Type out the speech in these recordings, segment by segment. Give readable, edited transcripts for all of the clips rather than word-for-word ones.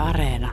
Areena.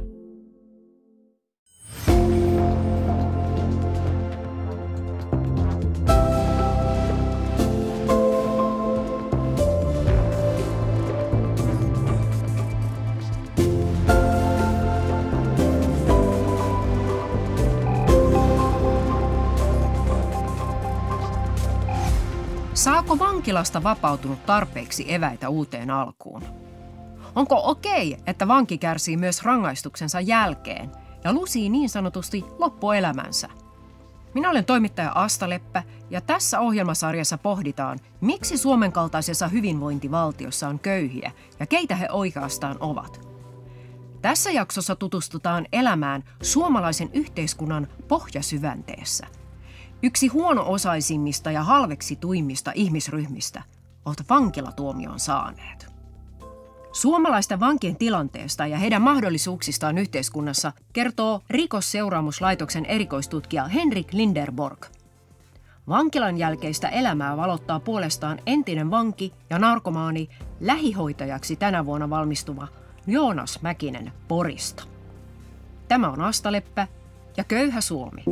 Saako vankilasta vapautunut tarpeeksi eväitä uuteen alkuun? Onko okei, että vanki kärsii myös rangaistuksensa jälkeen ja lusii niin sanotusti loppuelämänsä? Minä olen toimittaja Asta Leppä ja tässä ohjelmasarjassa pohditaan, miksi Suomen kaltaisessa hyvinvointivaltiossa on köyhiä ja keitä he oikeastaan ovat. Tässä jaksossa tutustutaan elämään suomalaisen yhteiskunnan pohjasyvänteessä. Yksi huono-osaisimmista ja halveksituimmista ihmisryhmistä ovat vankilatuomion saaneet. Suomalaisten vankien tilanteesta ja heidän mahdollisuuksistaan yhteiskunnassa kertoo Rikosseuraamuslaitoksen erikoistutkija Henrik Linderborg. Vankilan jälkeistä elämää valottaa puolestaan entinen vanki ja narkomaani lähihoitajaksi tänä vuonna valmistuva Joonas Mäkinen Porista. Tämä on Asta Leppä ja Köyhä Suomi.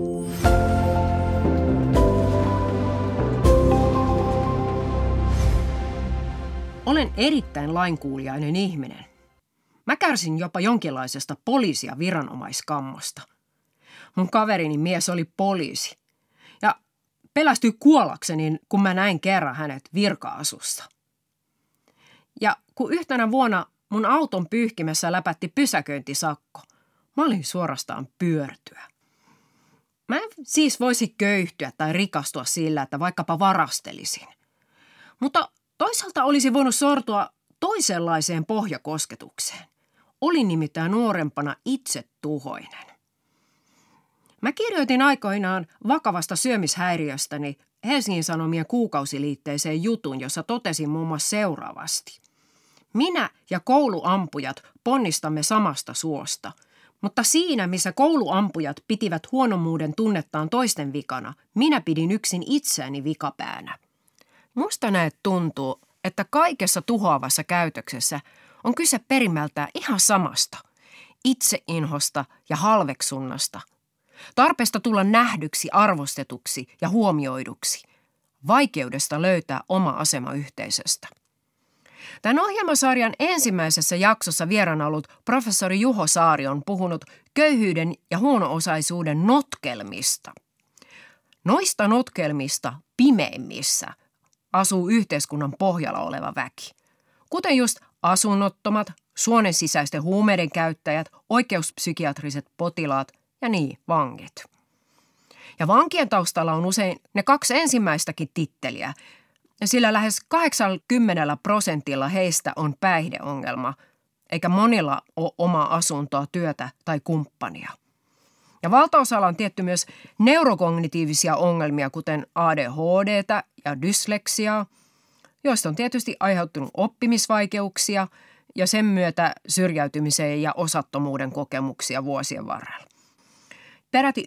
Olen erittäin lainkuuliainen ihminen. Mä kärsin jopa jonkinlaisesta poliisi- ja viranomaiskammosta. Mun kaverini mies oli poliisi ja pelästyi kuollakseni, kun mä näin kerran hänet virka-asussa. Ja kun yhtenä vuonna mun auton pyyhkimessä läpätti pysäköintisakko, mä olin suorastaan pyörtyä. Mä en siis voisi köyhtyä tai rikastua sillä, että vaikkapa varastelisin. Mutta toisaalta olisi voinut sortua toisenlaiseen pohjakosketukseen. Olin nimittäin nuorempana itsetuhoinen. Mä kirjoitin aikoinaan vakavasta syömishäiriöstäni Helsingin Sanomien kuukausiliitteeseen jutun, jossa totesin muun muassa seuraavasti. Minä ja kouluampujat ponnistamme samasta suosta, mutta siinä, missä kouluampujat pitivät huonomuuden tunnettaan toisten vikana, minä pidin yksin itseäni vikapäänä. Musta näet tuntuu, että kaikessa tuhoavassa käytöksessä on kyse perimmältään ihan samasta. Itseinhosta ja halveksunnasta. Tarpeesta tulla nähdyksi, arvostetuksi ja huomioiduksi. Vaikeudesta löytää oma asema yhteisöstä. Tämän ohjelmasarjan ensimmäisessä jaksossa vieraana ollut professori Juho Saari on puhunut köyhyyden ja huono-osaisuuden notkelmista. Noista notkelmista pimeimmissä asuu yhteiskunnan pohjalla oleva väki. Kuten just asunnottomat, suonen sisäisten huumeiden käyttäjät, oikeuspsykiatriset potilaat ja niin, vangit. Ja vankien taustalla on usein ne kaksi ensimmäistäkin titteliä, sillä lähes 80% heistä on päihdeongelma, eikä monilla ole omaa asuntoa, työtä tai kumppania. Ja valtaosalla on tietty myös neurokognitiivisia ongelmia, kuten ADHD:tä ja dysleksiaa, joista on tietysti aiheutunut oppimisvaikeuksia ja sen myötä syrjäytymiseen ja osattomuuden kokemuksia vuosien varrella. Peräti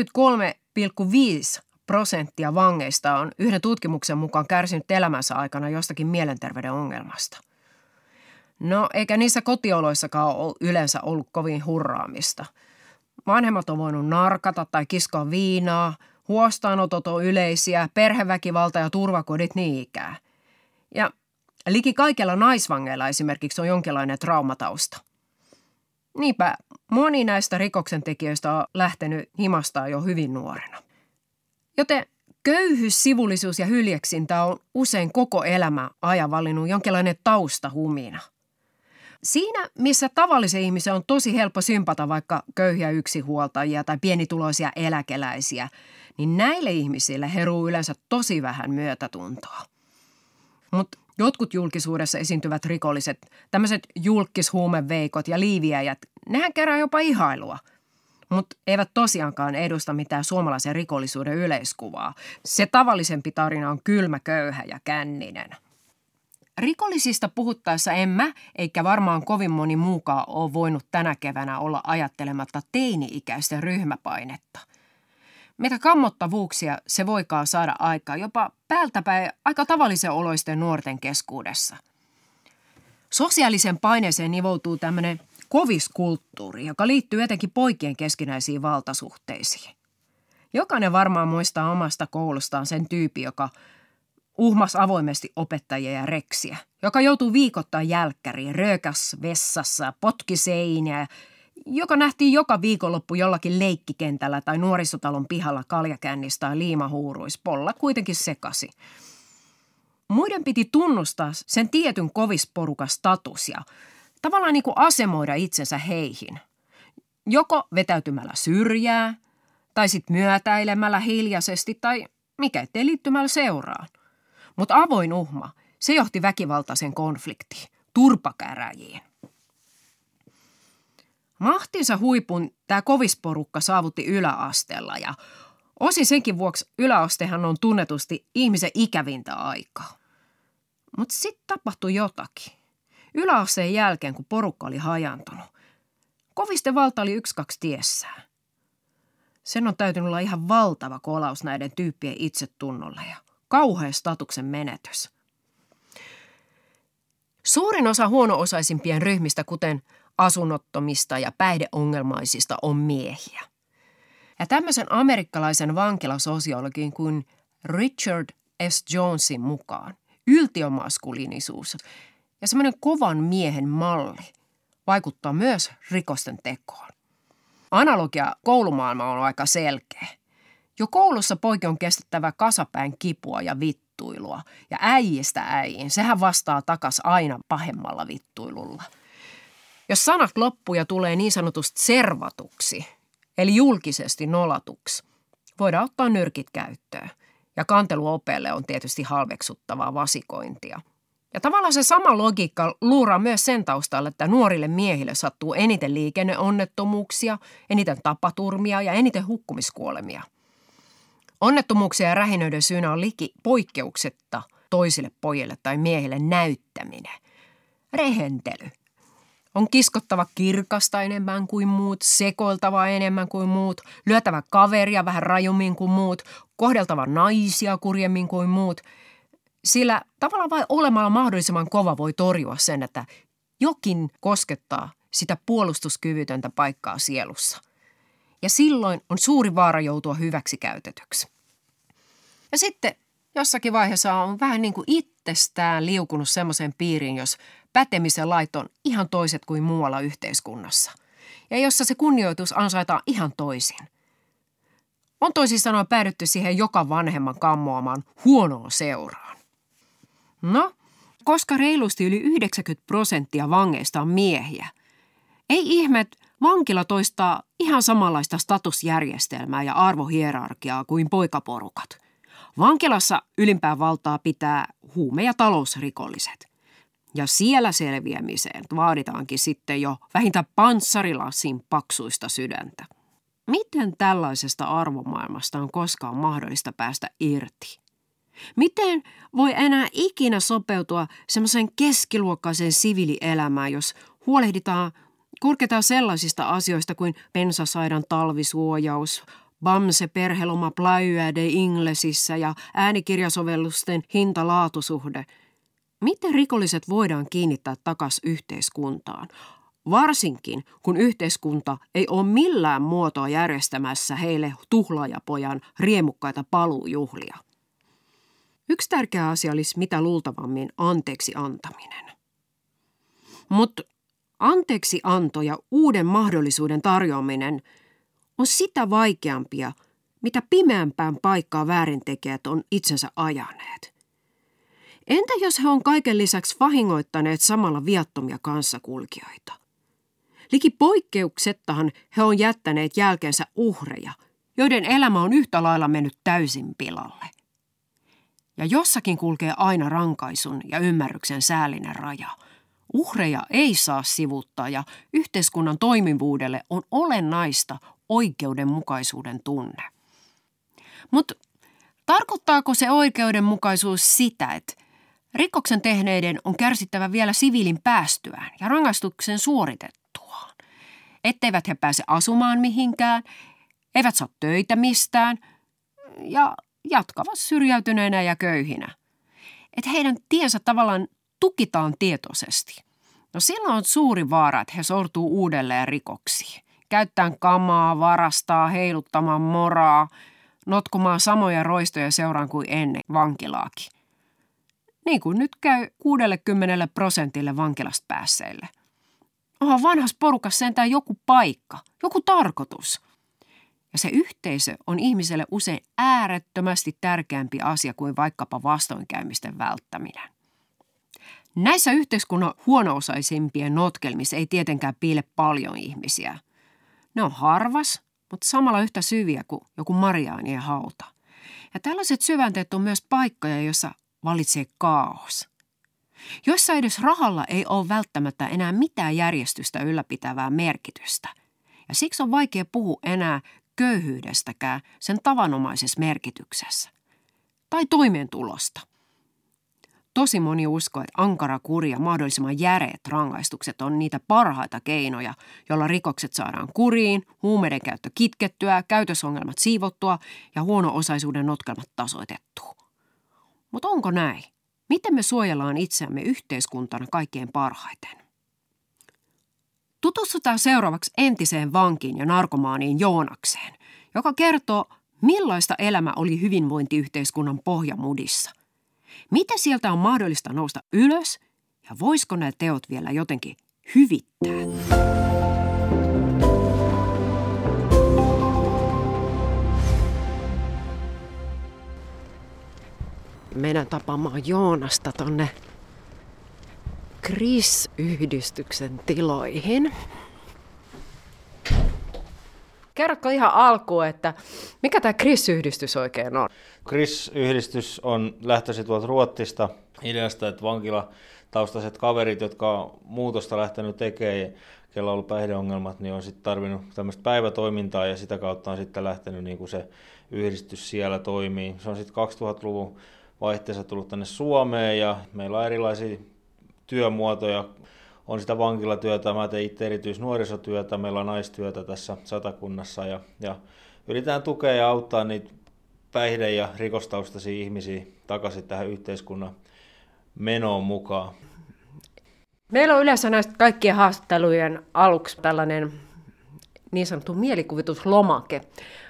93,5% vangeista on yhden tutkimuksen mukaan kärsinyt elämänsä aikana jostakin mielenterveyden ongelmasta. No, eikä niissä kotioloissakaan ole yleensä ollut kovin hurraamista. Vanhemmat on voinut narkata tai kiskoa viinaa, huostaanotot on yleisiä, perheväkivalta ja turvakodit niin ikään. Ja liki kaikilla naisvangeilla esimerkiksi on jonkinlainen traumatausta. Niinpä moni näistä rikoksentekijöistä on lähtenyt himastaan jo hyvin nuorena. Joten köyhyys, sivullisuus ja hyljeksintä on usein koko elämä ajan valinnut jonkinlainen taustahumina. Siinä, missä tavallisen ihmisen on tosi helppo sympata vaikka köyhiä yksinhuoltajia tai pienituloisia eläkeläisiä, niin näille ihmisille heruu yleensä tosi vähän myötätuntoa. Mutta jotkut julkisuudessa esiintyvät rikolliset, tämmöiset julkkishuumeveikot ja liiviäjät, nehän kerää jopa ihailua. Mutta eivät tosiaankaan edusta mitään suomalaisen rikollisuuden yleiskuvaa. Se tavallisempi tarina on kylmä, köyhä ja känninen. Rikollisista puhuttaessa en mä, eikä varmaan kovin moni muukaan ole voinut tänä keväänä olla ajattelematta teini-ikäisten ryhmäpainetta. Mitä kammottavuuksia se voikaan saada aikaan jopa päältäpäin aika tavallisen oloisten nuorten keskuudessa. Sosiaalisen paineeseen nivoutuu tämmöinen koviskulttuuri, joka liittyy etenkin poikien keskinäisiin valtasuhteisiin. Jokainen varmaan muistaa omasta koulustaan sen tyypin, joka uhmas avoimesti opettajia ja reksiä, joka joutuu viikoittain jälkkäriin, röökäs vessassa, potki seiniä, joka nähtiin joka viikonloppu jollakin leikkikentällä tai nuorisotalon pihalla kaljakännistä tai liimahuuruis, polla kuitenkin sekasi. Muiden piti tunnustaa sen tietyn kovisporukan status ja tavallaan niin kuin asemoida itsensä heihin. Joko vetäytymällä syrjää, tai sitten myötäilemällä hiljaisesti, tai mikä ettei liittymällä seuraan. Mutta avoin uhma, se johti väkivaltaisen konfliktiin, turpakäräjiin. Mahtinsa huipun tämä kovisporukka saavutti yläasteella ja osin senkin vuoksi yläastehan on tunnetusti ihmisen ikävintä aikaa. Mutta sitten tapahtui jotakin. Yläasteen jälkeen, kun porukka oli hajantunut, kovisten valta oli 1-2 tiessään. Sen on täytynyt olla ihan valtava kolaus näiden tyyppien itsetunnolle ja kauhea statuksen menetys. Suurin osa huono-osaisimpien ryhmistä, kuten asunnottomista ja päihdeongelmaisista, on miehiä. Ja tämmöisen amerikkalaisen vankilasosiologin kuin Richard S. Jonesin mukaan yltiömaskuliinisuus ja semmoinen kovan miehen malli vaikuttaa myös rikosten tekoon. Analogia koulumaailma on aika selkeä. Jo koulussa poikin on kestettävä kasapäin kipua ja vittuilua. Ja äijistä äijiin, sehän vastaa takas aina pahemmalla vittuilulla. Jos sanat loppuu ja tulee niin sanotusti servatuksi, eli julkisesti nolatuksi, voidaan ottaa nyrkit käyttöön. Ja kanteluopeelle on tietysti halveksuttavaa vasikointia. Ja tavallaan se sama logiikka luuraa myös sen taustalla, että nuorille miehille sattuu eniten liikenneonnettomuuksia, eniten tapaturmia ja eniten hukkumiskuolemia. Onnettomuuksia ja rähinöiden syynä on liki poikkeuksetta toisille pojille tai miehille näyttäminen. Rehentely. On kiskottava kirkasta enemmän kuin muut, sekoiltava enemmän kuin muut, lyötävä kaveria vähän rajummin kuin muut, kohdeltava naisia kurjemmin kuin muut. Sillä tavallaan vain olemalla mahdollisimman kova voi torjua sen, että jokin koskettaa sitä puolustuskyvytöntä paikkaa sielussa. Ja silloin on suuri vaara joutua hyväksikäytetyksi. Ja sitten jossakin vaiheessa on vähän niin kuin itsestään liukunut semmoisen piiriin, jos pätemisen lait on ihan toiset kuin muualla yhteiskunnassa. Ja jossa se kunnioitus ansaitaan ihan toisin. On toisin sanoen päädytty siihen joka vanhemman kammoamaan huonoon seuraan. No, koska reilusti yli 90% vangeista on miehiä, ei ihme, että vankila toistaa ihan samanlaista statusjärjestelmää ja arvohierarkiaa kuin poikaporukat. Vankilassa ylimpää valtaa pitää huume- ja talousrikolliset. Ja siellä selviämiseen vaaditaankin sitten jo vähintään panssarilasin paksuista sydäntä. Miten tällaisesta arvomaailmasta on koskaan mahdollista päästä irti? Miten voi enää ikinä sopeutua semmoiseen keskiluokkaiseen siviilielämään, jos kurkitaan sellaisista asioista kuin pensasaidan talvisuojaus, Bamse perheloma Playa de Inglesissä ja äänikirjasovellusten hinta-laatusuhde? Miten rikolliset voidaan kiinnittää takas yhteiskuntaan? Varsinkin, kun yhteiskunta ei ole millään muotoa järjestämässä heille tuhlaajapojan riemukkaita paluujuhlia. Yksi tärkeä asia olisi mitä luultavammin anteeksi antaminen. Mutta anteeksi anto ja uuden mahdollisuuden tarjoaminen on sitä vaikeampia, mitä pimeämpään paikkaa väärintekijät on itsensä ajaneet. Entä jos he on kaiken lisäksi vahingoittaneet samalla viattomia kanssakulkijoita? Liki poikkeuksettahan he on jättäneet jälkeensä uhreja, joiden elämä on yhtä lailla mennyt täysin pilalle. Ja jossakin kulkee aina rankaisun ja ymmärryksen säällinen raja. Uhreja ei saa sivuuttaa ja yhteiskunnan toimivuudelle on olennaista oikeudenmukaisuuden tunne. Mutta tarkoittaako se oikeudenmukaisuus sitä, että rikoksen tehneiden on kärsittävä vielä siviilin päästyään ja rangaistuksen suoritettuaan? Etteivät he pääse asumaan mihinkään, eivät saa töitä mistään ja jatkavat syrjäytyneenä ja köyhinä. Että heidän tiensä tavallaan tukitaan tietoisesti. No silloin on suuri vaara, että he sortuu uudelleen rikoksiin. Käyttäen kamaa, varastaa, heiluttamaan moraa, notkumaan samoja roistoja seuraan kuin ennen vankilaakin. Niin kuin nyt käy 60% vankilasta päässeille. Onhan vanhassa porukassa sentään joku paikka, joku tarkoitus. Ja se yhteisö on ihmiselle usein äärettömästi tärkeämpi asia kuin vaikkapa vastoinkäymisten välttäminen. Näissä yhteiskunnan huono-osaisimpien notkelmissa ei tietenkään piile paljon ihmisiä. Ne on harvas, mutta samalla yhtä syviä kuin joku Mariaanien hauta. Ja tällaiset syvänteet on myös paikkoja, joissa vallitsee kaos. Joissa edes rahalla ei ole välttämättä enää mitään järjestystä ylläpitävää merkitystä. Ja siksi on vaikea puhua enää köyhyydestäkään sen tavanomaisessa merkityksessä. Tai toimeentulosta. Tosi moni uskoo, että ankara kuri ja mahdollisimman järeät rangaistukset on niitä parhaita keinoja, joilla rikokset saadaan kuriin, huumeiden käyttö kitkettyä, käytösongelmat siivottua ja huono-osaisuuden notkelmat tasoitettua. Mutta onko näin? Miten me suojellaan itseämme yhteiskuntana kaikkein parhaiten? Tutustutaan seuraavaksi entiseen vankiin ja narkomaaniin Joonakseen, joka kertoo, millaista elämä oli hyvinvointiyhteiskunnan pohjamudissa. Miten sieltä on mahdollista nousta ylös ja voisiko nämä teot vielä jotenkin hyvittää? Mennään tapaamaan Joonasta tonne Kris-yhdistyksen tiloihin. Kerrotko ihan alkuun, että mikä tämä Kris-yhdistys oikein on? Kris-yhdistys on lähtöisin tuolta Ruotsista ideasta, että vankilataustaiset kaverit, jotka on muutosta lähtenyt tekemään, kellä on ollut päihdeongelmat, niin on sitten tarvinnut tämmöistä päivätoimintaa ja sitä kautta on sitten lähtenyt niin kuin se yhdistys siellä toimii. Se on sitten 2000-luvun vaihteessa tullut tänne Suomeen ja meillä on erilaisia työmuotoja. On sitä vankilatyötä, mä teen itse erityisnuorisotyötä, meillä on naistyötä tässä Satakunnassa ja yritetään tukea ja auttaa niitä päihde- ja rikostaustaisia ihmisiä takaisin tähän yhteiskunnan menoon mukaan. Meillä on yleensä näistä kaikkien haastattelujen aluksi tällainen niin sanottu mielikuvituslomake,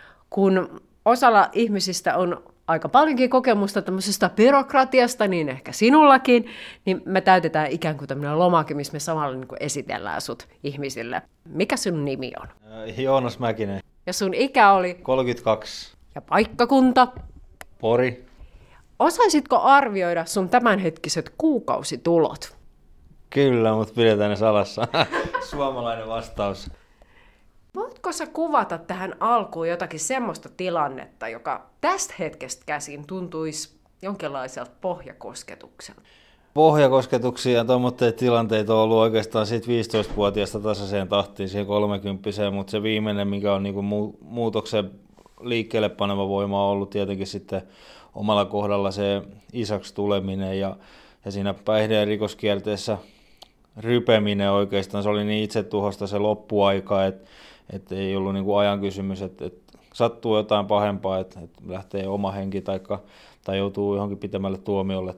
kun osalla ihmisistä on aika paljonkin kokemusta tämmöisestä byrokratiasta, niin ehkä sinullakin, niin me täytetään ikään kuin tämmöinen lomake, missä me samalla niin kuin esitellään sut ihmisille. Mikä sun nimi on? Joonas Mäkinen. Ja sun ikä oli? 32. Ja paikkakunta? Pori. Osaisitko arvioida sun tämänhetkiset kuukausitulot? Kyllä, mutta pidetään ne salassa. Suomalainen vastaus. Voitko sä kuvata tähän alkuun jotakin semmoista tilannetta, joka tästä hetkestä käsin tuntuisi jonkinlaiselta pohjakosketukselta? Pohjakosketuksia ja tuommoitteita tilanteita on ollut oikeastaan siitä 15-vuotiaasta tasaiseen tahtiin siihen 30-vuotiaaseen, mutta se viimeinen, mikä on niinku muutoksen liikkeelle paneva voima, on ollut tietenkin sitten omalla kohdalla se isäksi tuleminen ja siinä päihde- ja rikoskierteessä rypeminen oikeastaan. Se oli niin itsetuhosta se loppuaika, että ei ollut niinku ajan kysymys, että sattuu jotain pahempaa, että lähtee oma henki tai joutuu johonkin pitemmälle tuomiolle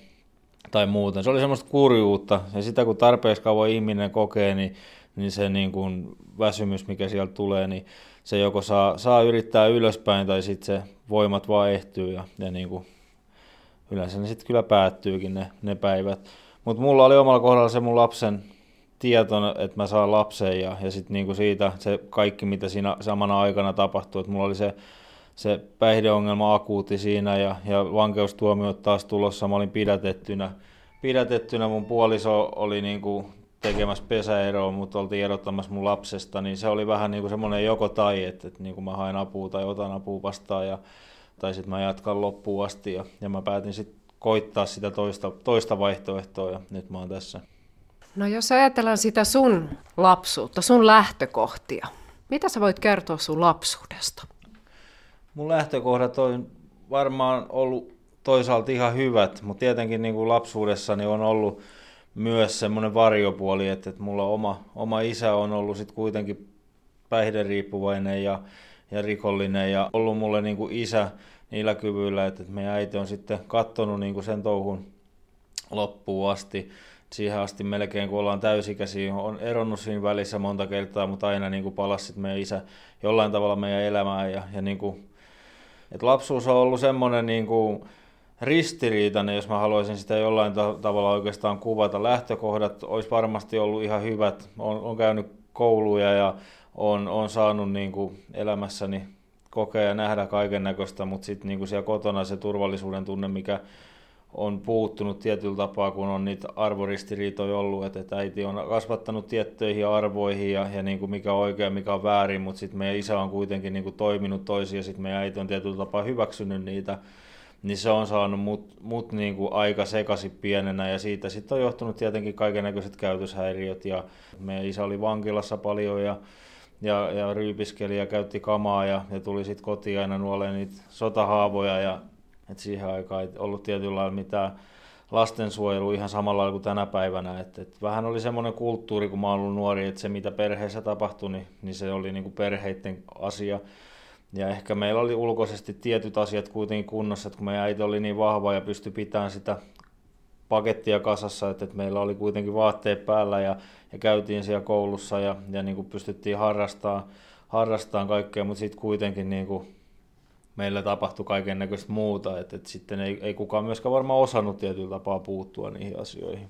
tai muuten. Se oli semmoista kurjuutta ja sitä kun tarpeeksi kauan ihminen kokee, niin se niin kuin väsymys, mikä sieltä tulee, niin se joko saa yrittää ylöspäin tai sitten se voimat vaan ehtyy ja niin kuin yleensä ne sitten kyllä päättyykin ne päivät. Mutta mulla oli omalla kohdalla se mun lapsen tieto, että mä saan lapsen ja sitten niinku siitä se kaikki, mitä siinä samana aikana tapahtui. Et mulla oli se päihdeongelma akuutti siinä ja vankeustuomiot taas tulossa. Mä olin pidätettynä. Mun puoliso oli niinku tekemässä pesäeroa, mutta oltiin erottamassa mun lapsesta. Niin se oli vähän niinku semmoinen joko tai, että niinku mä haen apua tai otan apua vastaan tai sitten mä jatkan loppuun asti. Ja mä päätin sitten koittaa sitä toista vaihtoehtoa ja nyt mä oon tässä. No jos ajatellaan sitä sun lapsuutta, sun lähtökohtia, mitä sä voit kertoa sun lapsuudesta? Mun lähtökohdat on varmaan ollut toisaalta ihan hyvät, mutta tietenkin niin kuin lapsuudessani on ollut myös semmoinen varjopuoli, että mulla oma isä on ollut sit kuitenkin päihderiippuvainen ja rikollinen ja ollut mulle niin kuin isä niillä kyvyillä, että meidän äiti on sitten katsonut niin kuin sen touhun loppuun asti. siihen asti melkein, kun ollaan täysikäisiä, on eronnut siinä välissä monta kertaa, mutta aina niin kuin palasi sit meidän isä jollain tavalla meidän elämään. Ja niin kuin, että lapsuus on ollut semmoinen niin kuin ristiriitainen, jos mä haluaisin sitä jollain tavalla oikeastaan kuvata. Lähtökohdat olisi varmasti ollut ihan hyvät. On käynyt kouluja ja on saanut niin kuin elämässäni kokea ja nähdä kaiken näköistä, mutta sitten niin kuin siellä kotona se turvallisuuden tunne, mikä on puuttunut tietyllä tapaa, kun on niitä arvoristiriitoja ollut, että äiti on kasvattanut tiettyihin arvoihin ja niin kuin mikä on oikein, mikä on väärin, mutta sitten meidän isä on kuitenkin niin kuin toiminut toisin ja sitten meidän äiti on tietyllä tapaa hyväksynyt niitä, niin se on saanut mut niin kuin aika sekaisin pienenä ja siitä sitten on johtunut tietenkin kaikennäköiset käytöshäiriöt ja meidän isä oli vankilassa paljon ja ryypiskeli ja käytti kamaa ja tuli sitten kotiin aina nuoleen niitä sotahaavoja ja et siihen aikaan ei ollut tietyllä lailla mitään lastensuojelua ihan samalla lailla kuin tänä päivänä. Et vähän oli semmoinen kulttuuri, kun mä oon ollut nuori, että se mitä perheessä tapahtui, niin se oli niinku perheiden asia. Ja ehkä meillä oli ulkoisesti tietyt asiat kuitenkin kunnossa, että kun meidän äiti oli niin vahva ja pystyi pitämään sitä pakettia kasassa, että meillä oli kuitenkin vaatteet päällä ja käytiin siellä koulussa ja niin kuin pystyttiin harrastamaan kaikkea, mutta sitten kuitenkin niin kuin meillä tapahtui kaiken näköistä muuta, että sitten ei kukaan myöskään varmaan osannut tietyllä tapaa puuttua niihin asioihin.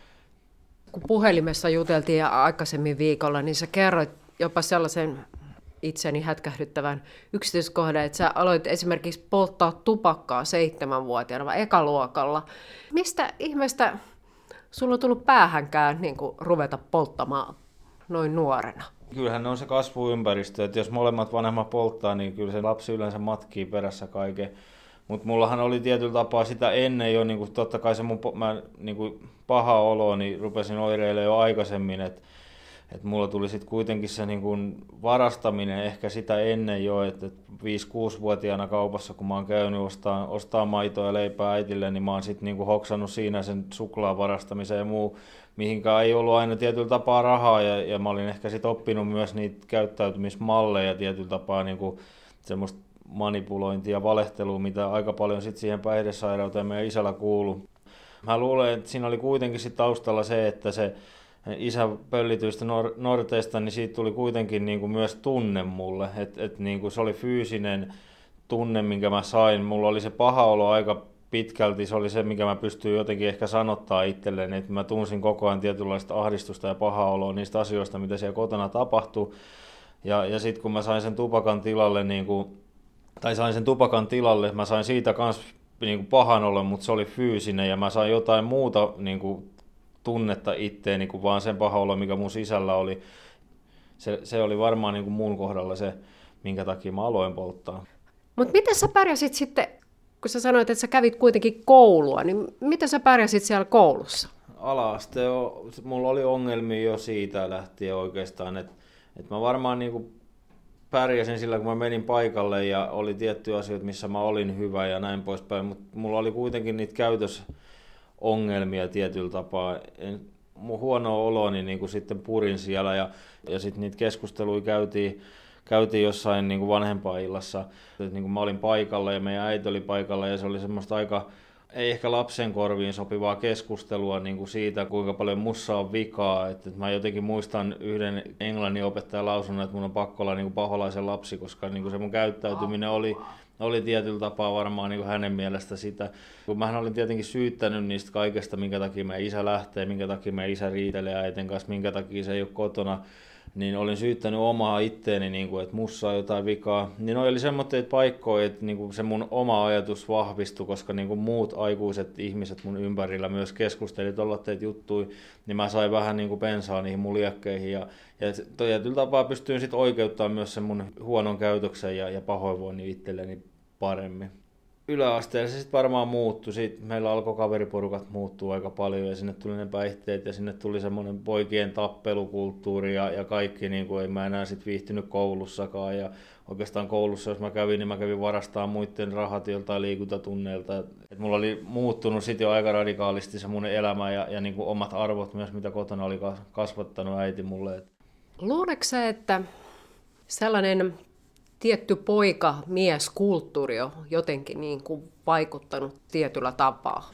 Kun puhelimessa juteltiin aikaisemmin viikolla, niin sä kerroit jopa sellaisen itseni hätkähdyttävän yksityiskohdan, että sä aloit esimerkiksi polttaa tupakkaa 7-vuotiaana vai ekaluokalla. Mistä ihmeestä sulla on tullut päähänkään niin kuin ruveta polttamaan noin nuorena? Kyllähän ne on se kasvuympäristö, että jos molemmat vanhemmat polttaa, niin kyllä se lapsi yleensä matkii perässä kaiken. Mutta mullahan oli tietyllä tapaa sitä ennen jo, niin kuin totta kai se mun niin kuin paha olo, niin rupesin oireilemaan jo aikaisemmin, että mulla tuli sitten kuitenkin se niin kuin varastaminen ehkä sitä ennen jo, että 5-6-vuotiaana kaupassa, kun mä oon käynyt ostaa maitoa ja leipää äitille, niin mä oon sitten niin kuin hoksannut siinä sen suklaan varastamisen ja muu, mihinkään ei ollut aina tietyllä tapaa rahaa ja mä olin ehkä sitten oppinut myös niitä käyttäytymismalleja tietyllä tapaa niin kuin semmoista manipulointia ja valehtelua, mitä aika paljon sitten siihen päihdesairauteen meidän isällä kuului. Mä luulen, että siinä oli kuitenkin sit taustalla se, että se isä pöllityistä norteista, niin siitä tuli kuitenkin niin kuin myös tunne mulle, että niin kuin se oli fyysinen tunne, minkä mä sain. Mulla oli se paha olo aika pitkälti, se oli se, mikä mä pystyin jotenkin ehkä sanottaa itselleen, että mä tunsin koko ajan tietynlaista ahdistusta ja pahaa oloa niistä asioista, mitä siellä kotona tapahtui. Ja sitten kun mä sain sen tupakan tilalle, mä sain siitä kans niin kuin pahan olon, mutta se oli fyysinen ja mä sain jotain muuta niin kuin tunnetta itteeni kuin vaan sen paha olo, mikä mun sisällä oli. Se oli varmaan niin kuin mun kohdalla se, minkä takia mä aloin polttaa. Mutta miten sä pärjäsit sitten, kun sä sanoit, että sä kävit kuitenkin koulua, niin miten sä pärjäsit siellä koulussa? Ala-aste, mulla oli ongelmia jo siitä lähtien oikeastaan, että mä varmaan niin kuin pärjäsin sillä, kun mä menin paikalle ja oli tiettyjä asioita, missä mä olin hyvä ja näin poispäin, mutta mulla oli kuitenkin niitä käytösongelmia tietyllä tapaa. Mun huono oloni niin kuin sitten purin siellä ja sitten niitä keskusteluja käytiin jossain niin kuin vanhempainillassa. Niin kuin mä olin paikalla ja meidän äiti oli paikalla ja se oli semmoista aika, ei ehkä lapsen korviin sopivaa keskustelua niin kuin siitä, kuinka paljon mussa on vikaa. Että mä jotenkin muistan yhden englannin opettajan lausunnon, että mun on pakko olla niin kuin paholaisen lapsi, koska niin kuin se mun käyttäytyminen oli tietyllä tapaa varmaan niin kuin hänen mielestä sitä. Kun mähän olin tietenkin syyttänyt niistä kaikesta, minkä takia meidän isä lähtee, minkä takia meidän isä riitelee äiten kanssa, minkä takia se ei ole kotona, niin olin syyttänyt omaa itteeni, niin kuin, että mussa on jotain vikaa. Niin oli semmoisia paikkoja, että niin kuin se mun oma ajatus vahvistui, koska niin kuin muut aikuiset ihmiset mun ympärillä myös keskusteli tollateet juttui, niin mä sain vähän niin kuin bensaa niihin mun liekkeihin. Ja tietyllä tapaa pystyin sitten oikeuttamaan myös sen mun huonon käytöksen ja pahoinvoinnin itselleni paremmin. Yläasteella se sitten varmaan muuttui. Sitten meillä alkoi kaveriporukat muuttua aika paljon ja sinne tuli ne päihteet ja sinne tuli semmoinen poikien tappelukulttuuri ja kaikki, niin kuin ei mä enää sitten viihtynyt koulussakaan. Ja oikeastaan koulussa, jos mä kävin, niin mä kävin varastamaan muiden rahat joltain liikuntatunneilta. Et mulla oli muuttunut sitten jo aika radikaalisti se mun elämä ja niin kuin omat arvot myös, mitä kotona oli kasvattanut äiti mulle. Luuletko sä, että sellainen tietty poika-mies-kulttuuri on jotenkin niin kuin vaikuttanut tietyllä tapaa?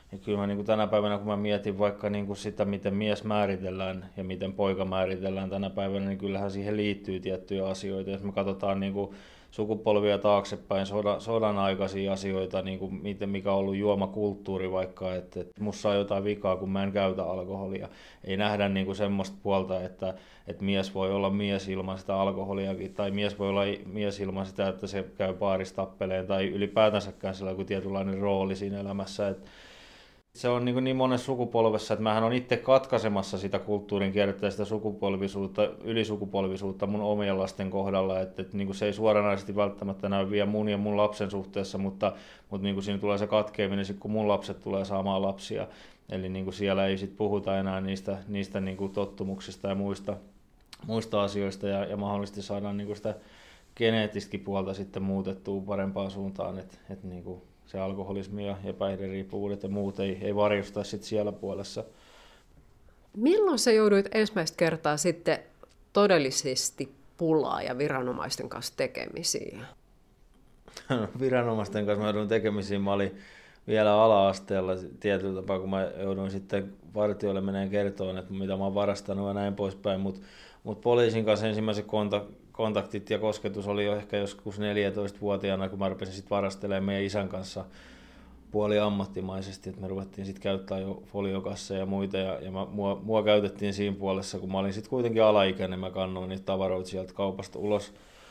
Ja kyllä mä niin kuin tänä päivänä, kun mä mietin vaikka niin kuin sitä, miten mies määritellään ja miten poika määritellään tänä päivänä, niin kyllähän siihen liittyy tiettyjä asioita. Jos me katsotaan niin kuin sukupolvia taaksepäin, sodan aikaisia asioita, niin kuin mikä on ollut juomakulttuuri vaikka, että musta on jotain vikaa, kun mä en käytä alkoholia. Ei nähdä niin kuin semmoista puolta, että mies voi olla mies ilman sitä alkoholiakin, tai mies voi olla mies ilman sitä, että se käy baarissa tappeleen, tai ylipäätänsäkään sillä joku tietynlainen rooli siinä elämässä. Se on niin monessa sukupolvessa, että mähän on itse katkaisemassa sitä kulttuurin kierrettä ja sitä ylisukupolvisuutta mun omien lasten kohdalla, että niin kuin se ei suoranaisesti välttämättä näy vielä mun ja mun lapsen suhteessa, mutta niin kuin siinä tulee se katkeaminen, kun mun lapset tulee saamaan lapsia. Eli niin kuin siellä ei sit puhuta enää niistä niin kuin tottumuksista ja muista asioista ja mahdollisesti saadaan niin kuin sitä geneettistäkin puolta sitten muutettua parempaan suuntaan, että niin kuin se alkoholismi ja päihderiippuvuudet ja muut ei varjosta sitten siellä puolessa. Milloin sä jouduit ensimmäistä kertaa sitten todellisesti pulaa ja viranomaisten kanssa tekemisiin? Viranomaisten kanssa mä joudun tekemisiin. Mä olin vielä ala-asteella tietyllä tapaa, kun mä jouduin sitten vartijoille meneen kertomaan, että mitä mä oon varastanut ja näin poispäin. Mutta poliisin kanssa ensimmäiset kontaktit ja kosketus oli jo ehkä joskus 14-vuotiaana, kun mä rupesin sitten varastelemaan meidän isän kanssa puoli ammattimaisesti, että me ruvettiin sitten käyttää jo foliokasseja ja muita, ja mua käytettiin siinä puolessa, kun mä olin sitten kuitenkin alaikäinen, mä kannoin niitä tavaroita sieltä kaupasta ulos,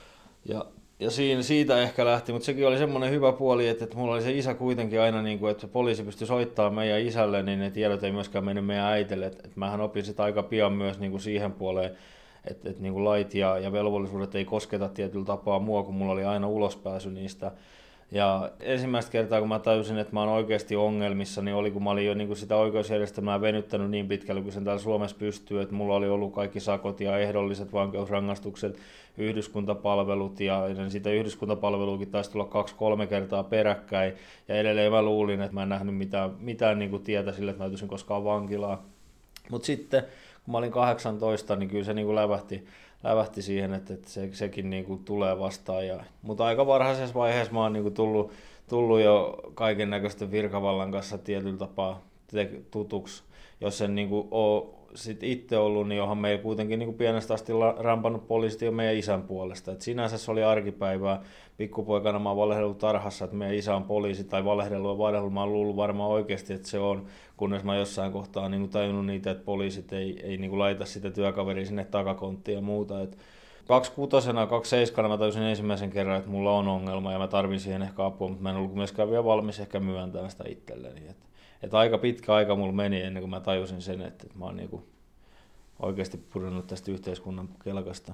ja siitä ehkä lähti, mutta sekin oli semmoinen hyvä puoli, että mulla oli se isä kuitenkin aina, niin kuin, että poliisi pystyi soittamaan meidän isälle, niin ne tiedot ei myöskään mennyt meidän äitille, että mähän opin sitä aika pian myös niin kuin siihen puoleen, että niin kuin lait ja velvollisuudet ei kosketa tietyllä tapaa mua, kun mulla oli aina ulospääsy niistä. Ja ensimmäistä kertaa, kun mä tajusin, että mä oon oikeasti ongelmissa, niin oli kun mä olin jo niin kuin sitä oikeusjärjestelmää venyttänyt niin pitkälle, kun sen täällä Suomessa pystyy, että mulla oli ollut kaikki sakot ja ehdolliset vankeusrangaistukset, yhdyskuntapalvelut, ja sitä yhdyskuntapalveluakin taisi tulla 2-3 kertaa peräkkäin, ja edelleen mä luulin, että mä en nähnyt mitään niin kuin tietä sille, että mä joutuisin koskaan vankilaan. Mutta sitten, kun mä olin 18, niin kyllä se niin kuin lävähti siihen, että sekin niin kuin tulee vastaan. Mutta aika varhaisessa vaiheessa mä oon niin kuin tullut jo kaiken näköisten virkavallan kanssa tietyllä tapaa tutuksi. Jos en niin kuin ole sit itse ollut, niin onhan meillä kuitenkin niin kuin pienestä asti rampannut poliisit jo meidän isän puolesta. Et sinänsä se oli arkipäivää. Pikkupoikana mä oon valehdellut tarhassa, että meidän isä on poliisi, tai valehdellut. Mä oon luullut varmaan oikeasti, että se on, kunnes mä jossain kohtaa niin kuin tajunnut niitä, että poliisit ei niin kuin laita sitä työkaveria sinne takakonttiin ja muuta. 26-na, 27-na mä tajusin ensimmäisen kerran, että mulla on ongelma ja mä tarvin siihen ehkä apua, mutta mä en ollut myöskään vielä valmis ehkä myöntämään sitä itselleni. Että aika pitkä aika mulla meni ennen kuin mä tajusin sen, että mä oon niinku oikeasti pudonnut tästä yhteiskunnan kelkasta.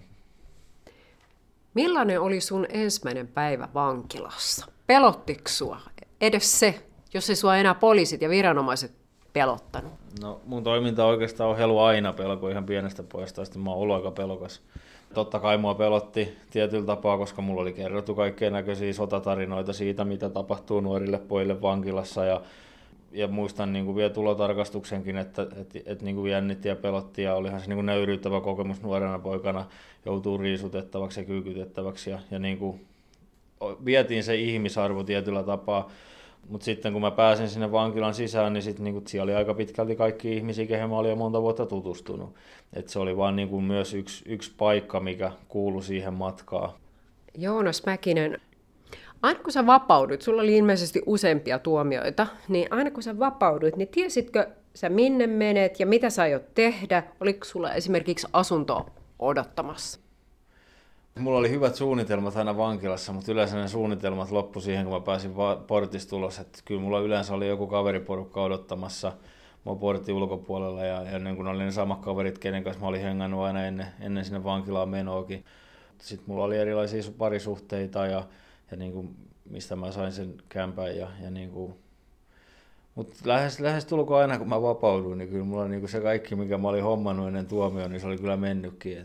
Millainen oli sun ensimmäinen päivä vankilassa? Pelottiko sua? Edes se, jos ei sua enää poliisit ja viranomaiset pelottanut? No mun toiminta oikeastaan on hellu aina pelko ihan pienestä pojasta, asti mä oon ollut aika pelokas. Totta kai mua pelotti tietyllä tapaa, koska mulla oli kerrottu kaikkea näköisiä sotatarinoita siitä, mitä tapahtuu nuorille pojille vankilassa. Ja muistan niin kuin vielä tulotarkastuksenkin, että niin kuin jännitti ja pelotti, ja olihan se niin kuin nöyryyttävä kokemus nuorena poikana joutuu riisutettavaksi ja kyykytettäväksi. Ja niin kuin vietiin se ihmisarvo tietyllä tapaa. Mutta sitten kun mä pääsin sinne vankilan sisään, niin sitten niin siellä oli aika pitkälti kaikki ihmisiä, kehen mä olin jo monta vuotta tutustunut. Et se oli vaan niin kuin myös yksi paikka, mikä kuului siihen matkaan. Joonas Mäkinen, aina kun sä vapauduit, sulla oli ilmeisesti useampia tuomioita, niin aina kun sä vapauduit, niin tiesitkö sä minne menet ja mitä sä aiot tehdä? Oliko sulla esimerkiksi asunto odottamassa? Mulla oli hyvät suunnitelmat aina vankilassa, mutta yleensä ne suunnitelmat loppui siihen, kun mä pääsin portista ulos. Että kyllä mulla yleensä oli joku kaveriporukka odottamassa mua portin ulkopuolella, ja ennen kuin oli ne samat kaverit, kenen kanssa mä olin hengannut aina ennen sinne vankilaan menoakin. Sitten mulla oli erilaisia parisuhteita ja niin kuin, mistä mä sain sen kämpän. Niin kuin. Mutta lähes tulko aina, kun mä vapauduin, niin kyllä mulla niin kuin se kaikki, mikä mä olin hommannut ennen tuomioon, niin se oli kyllä mennytkin.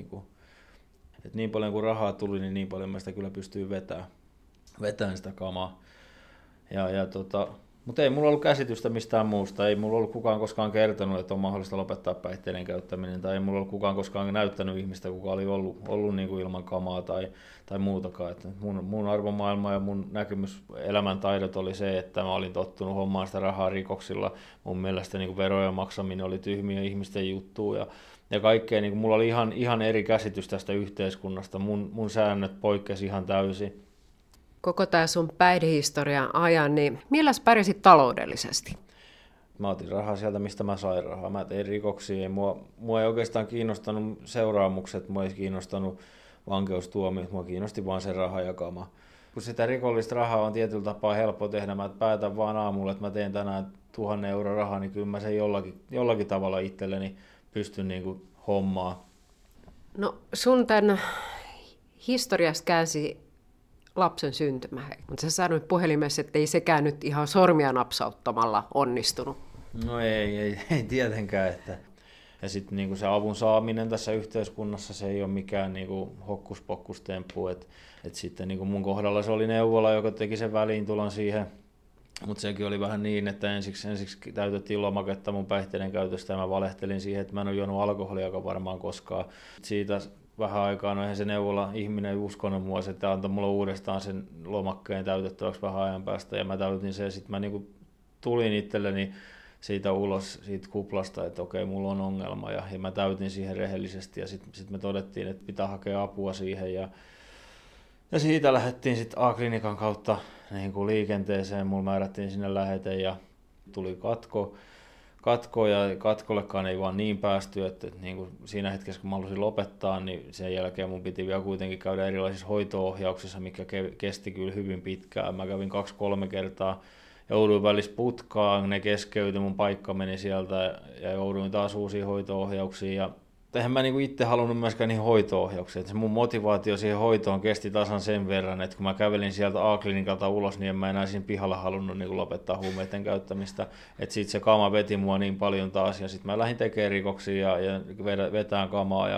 Et niin paljon kuin rahaa tuli, niin paljon mä sitä kyllä pystyy vetämään sitä kamaa. Mutta ei mulla ollut käsitystä mistään muusta, ei mulla ollut kukaan koskaan kertonut, että on mahdollista lopettaa päihteiden käyttäminen, tai ei mulla ollut kukaan koskaan näyttänyt ihmistä, kuka oli ollut niin kuin ilman kamaa tai muutakaan. Että mun arvomaailma ja mun näkemys, elämäntaidot oli se, että mä olin tottunut hommaan sitä rahaa rikoksilla. Mun mielestä niin kuin verojen maksaminen oli tyhmiä ihmisten juttuja ja kaikkea. Niin kuin mulla oli ihan eri käsitys tästä yhteiskunnasta, mun säännöt poikkesi ihan täysin. Koko tämä sun päihdehistorian ajan, niin millä sä pärjäsit taloudellisesti? Mä otin rahaa sieltä, mistä mä sain rahaa. Mä tein rikoksia. Mua ei oikeastaan kiinnostanut seuraamukset, mua ei kiinnostanut vankeustuomiot, mua kiinnosti vaan se raha jakama. Kun sitä rikollista rahaa on tietyllä tapaa helppo tehdä, mä päätän vaan aamulla, että mä teen tänään 1 000 € rahaa, niin kyllä mä sen jollakin tavalla itselleni pystyn niin kuin hommaa. No sun tämän historiasta käänsi lapsen syntymä, mutta sä sanoit puhelimessa, että ei sekään nyt ihan sormia napsauttamalla onnistunut. No ei tietenkään. Ja sitten niinku se avun saaminen tässä yhteiskunnassa, se ei ole mikään niinku hokkuspokkustemppu. Et sitten niinku mun kohdalla se oli neuvola, joka teki sen väliintulon siihen. Mutta sekin oli vähän niin, että ensiksi täytettiin lomaketta mun päihteiden käytöstä ja mä valehtelin siihen, että mä en ole juonut alkoholiakaan varmaan koskaan. Siitä vähän aikaa, no eihän se neuvola ihminen uskonut mua, että antoi mulle uudestaan sen lomakkeen täytettäväksi vähän ajan päästä ja mä täytin sen ja sitten mä niinku tulin itselleni siitä ulos siitä kuplasta, että okei, mulla on ongelma ja mä täytin siihen rehellisesti ja sitten me todettiin, että pitää hakea apua siihen ja siitä lähdettiin sitten A-klinikan kautta niin kuin liikenteeseen, mulla määrättiin sinne lähete ja tuli katko ja katkollekaan ei vaan niin päästy, että niin kuin siinä hetkessä kun mä halusin lopettaa, niin sen jälkeen mun piti vielä kuitenkin käydä erilaisissa hoito-ohjauksissa, mikä kesti kyllä hyvin pitkään. Mä kävin 2-3 kertaa, jouduin välissä putkaan, ne keskeytyi, mun paikka meni sieltä ja jouduin taas uusiin hoito-ohjauksiin. Ja eihän mä niinku itse halunnut myöskään niihin hoito-ohjauksiin. Se mun motivaatio siihen hoitoon kesti tasan sen verran, että kun mä kävelin sieltä A-klinikalta ulos, niin en mä enää siinä pihalla halunnut niinku lopettaa huumeiden käyttämistä. Että sit se kama veti mua niin paljon taas ja sit mä lähdin tekemään rikoksia ja vetään kamaa.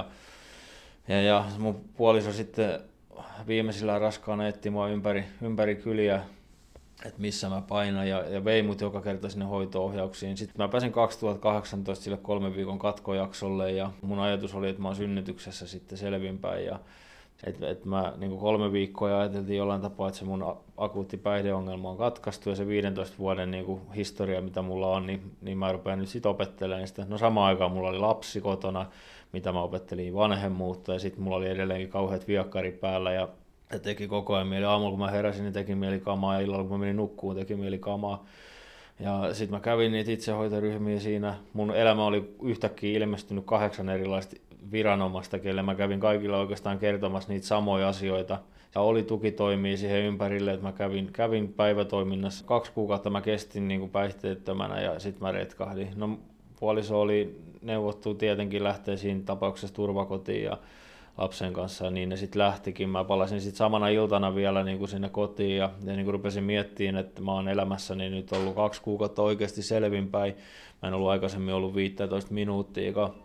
Ja mun puoliso sitten viimeisillä raskaana etti mua ympäri kyliä, että missä mä painan ja vei mut joka kerta sinne hoito-ohjauksiin. Sitten mä pääsin 2018 sille 3 viikon katkojaksolle ja mun ajatus oli, että mä oon synnytyksessä sitten selvinpäin. Ja että mä niin 3 viikkoa ajateltiin jollain tapaa, että se mun akuutti päihdeongelma on katkaistu ja se 15 vuoden niin historia, mitä mulla on, niin mä rupean nyt sit opettelemaan sitä. No samaan aikaan mulla oli lapsi kotona, mitä mä opettelin vanhemmuutta ja sitten mulla oli edelleenkin kauheat viakkari päällä ja teki koko ajan mieli. Aamulla kun mä heräsin, niin teki mieli kamaa ja illalla kun mä menin nukkuun, teki mieli kamaa. Ja sitten mä kävin niitä itsehoitoryhmiä siinä. Mun elämä oli yhtäkkiä ilmestynyt 8 erilaista viranomaista, kelle mä kävin kaikilla oikeastaan kertomassa niitä samoja asioita. Ja oli tukitoimia siihen ympärille, että mä kävin päivätoiminnassa. 2 kuukautta mä kestin niin kuin päihteettömänä ja sitten mä retkahdin. No puoliso oli neuvottu tietenkin lähteä siinä tapauksessa turvakotiin ja lapsen kanssa, niin ne sitten lähtikin. Mä palasin sitten samana iltana vielä niin kuin sinne kotiin ja niin kuin rupesin miettimään, että mä oon elämässäni nyt ollut 2 kuukautta oikeasti selvinpäin. Mä en ollut aikaisemmin ollut 15 minuuttia,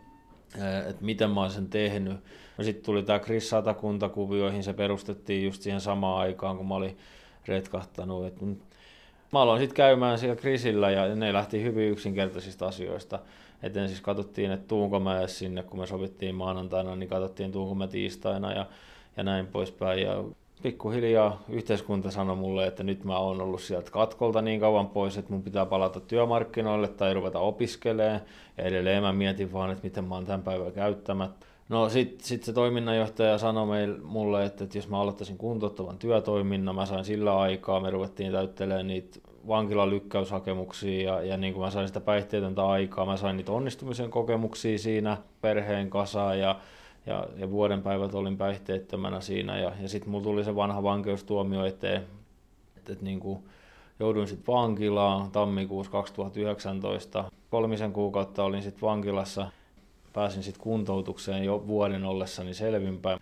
että miten mä oon sen tehnyt. No sitten tuli tää Chris-Satakunta-kuvioihin, se perustettiin just siihen samaan aikaan, kun mä olin retkahtanut. Mä aloin sitten käymään siellä Chrisillä ja ne lähti hyvin yksinkertaisista asioista. Eten siis katsottiin, että tuunko mä edes sinne, kun me sovittiin maanantaina, niin katsottiin tuunko mä tiistaina ja näin poispäin. Ja pikkuhiljaa yhteiskunta sanoi mulle, että nyt mä oon ollut sieltä katkolta niin kauan pois, että mun pitää palata työmarkkinoille tai ruveta opiskelemaan. Ja edelleen mä mietin vaan, että miten mä oon tämän päivän käyttämättä. No sit se toiminnanjohtaja sanoi mulle, että jos mä aloittaisin kuntouttavan työtoiminnan, mä sain sillä aikaa, me ruvettiin täyttelemään niitä vankilan lykkäyshakemuksia ja niin kuin mä sain sitä päihteetöntä aikaa, mä sain niitä onnistumisen kokemuksia siinä perheen kasaan ja vuoden päivät olin päihteettömänä siinä ja sitten mulla tuli se vanha vankeustuomio eteen, että niin kuin jouduin sitten vankilaan tammikuussa 2019, 3 kuukautta olin sitten vankilassa. Pääsin sitten kuntoutukseen jo vuoden ollessani selvinpäin.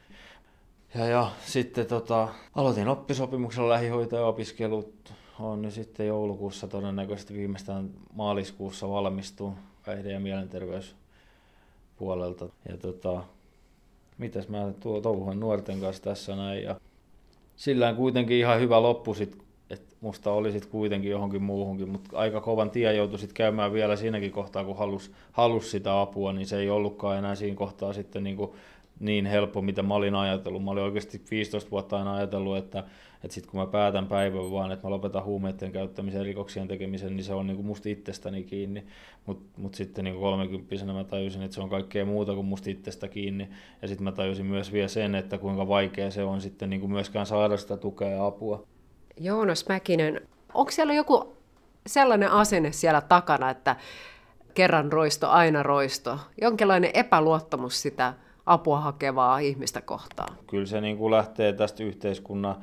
Ja sitten aloitin oppisopimuksella lähihoitajaopiskelut. On nyt sitten joulukuussa todennäköisesti viimeistään maaliskuussa valmistun päihde- ja mielenterveyspuolelta. Ja mitäs mä touhuan nuorten kanssa tässä näin. Ja sillään kuitenkin ihan hyvä loppu sit että musta oli sit kuitenkin johonkin muuhunkin, mutta aika kovan tien joutui sit käymään vielä siinäkin kohtaa, kun halus sitä apua, niin se ei ollutkaan enää siinä kohtaa sitten niin helppo, mitä mä olin ajatellut. Mä olin oikeasti 15 vuotta aina ajatellut, että sitten kun mä päätän päivän vaan, että mä lopetan huumeiden käyttämisen ja rikoksien tekemisen, niin se on musta itsestäni kiinni. Mut sitten 30-vuotiaana mä tajusin, että se on kaikkea muuta kuin musta itsestä kiinni. Ja sitten mä tajusin myös vielä sen, että kuinka vaikea se on sitten myöskään saada sitä tukea ja apua. Joonas Mäkinen, onko siellä joku sellainen asenne siellä takana, että kerran roisto, aina roisto, jonkinlainen epäluottamus sitä apua hakevaa ihmistä kohtaan? Kyllä se lähtee tästä yhteiskunnan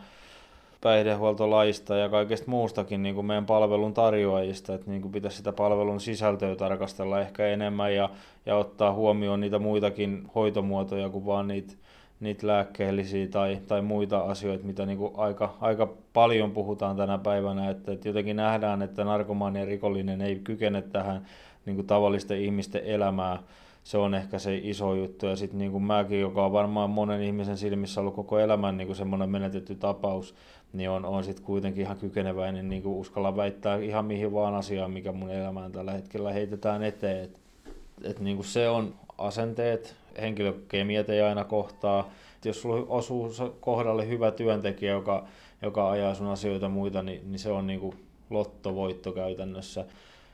päihdehuoltolaista ja kaikesta muustakin meidän palvelun tarjoajista, että pitäisi sitä palvelun sisältöä tarkastella ehkä enemmän ja ottaa huomioon niitä muitakin hoitomuotoja kuin vaan niitä lääkkeellisiä tai muita asioita, mitä aika paljon puhutaan tänä päivänä, että jotenkin nähdään, että narkomaani ja rikollinen ei kykene tähän tavallisten ihmisten elämään. Se on ehkä se iso juttu. Ja sitten mäkin, joka on varmaan monen ihmisen silmissä ollut koko elämän semmoinen menetetty tapaus, niin on sitten kuitenkin ihan kykeneväinen uskalla väittää ihan mihin vaan asiaan, mikä mun elämään tällä hetkellä heitetään eteen. Et se on asenteet, henkilökemiat ei aina kohtaa. Jos sulla osuu kohdalle hyvä työntekijä, joka ajaa sun asioita muita, niin se on lottovoitto käytännössä.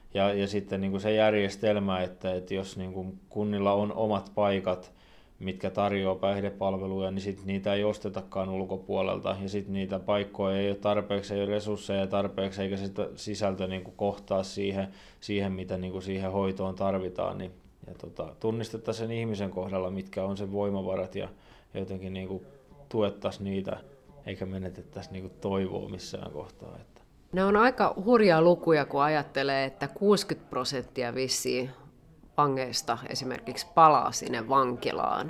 Ja sitten se järjestelmä, että jos kunnilla on omat paikat, mitkä tarjoaa päihdepalveluja, niin sitten niitä ei ostetakaan ulkopuolelta. Ja sitten niitä paikkoja ei ole tarpeeksi, ei ole resursseja tarpeeksi, eikä sitä sisältö kohtaa siihen mitä siihen hoitoon tarvitaan. Tunnistettaisiin sen ihmisen kohdalla, mitkä on sen voimavarat ja jotenkin tuettaisiin niitä, eikä menetettäisi toivoa missään kohtaa. Ne on aika hurjaa lukuja, kun ajattelee, että 60% vissiin vangeista esimerkiksi palaa sinne vankilaan.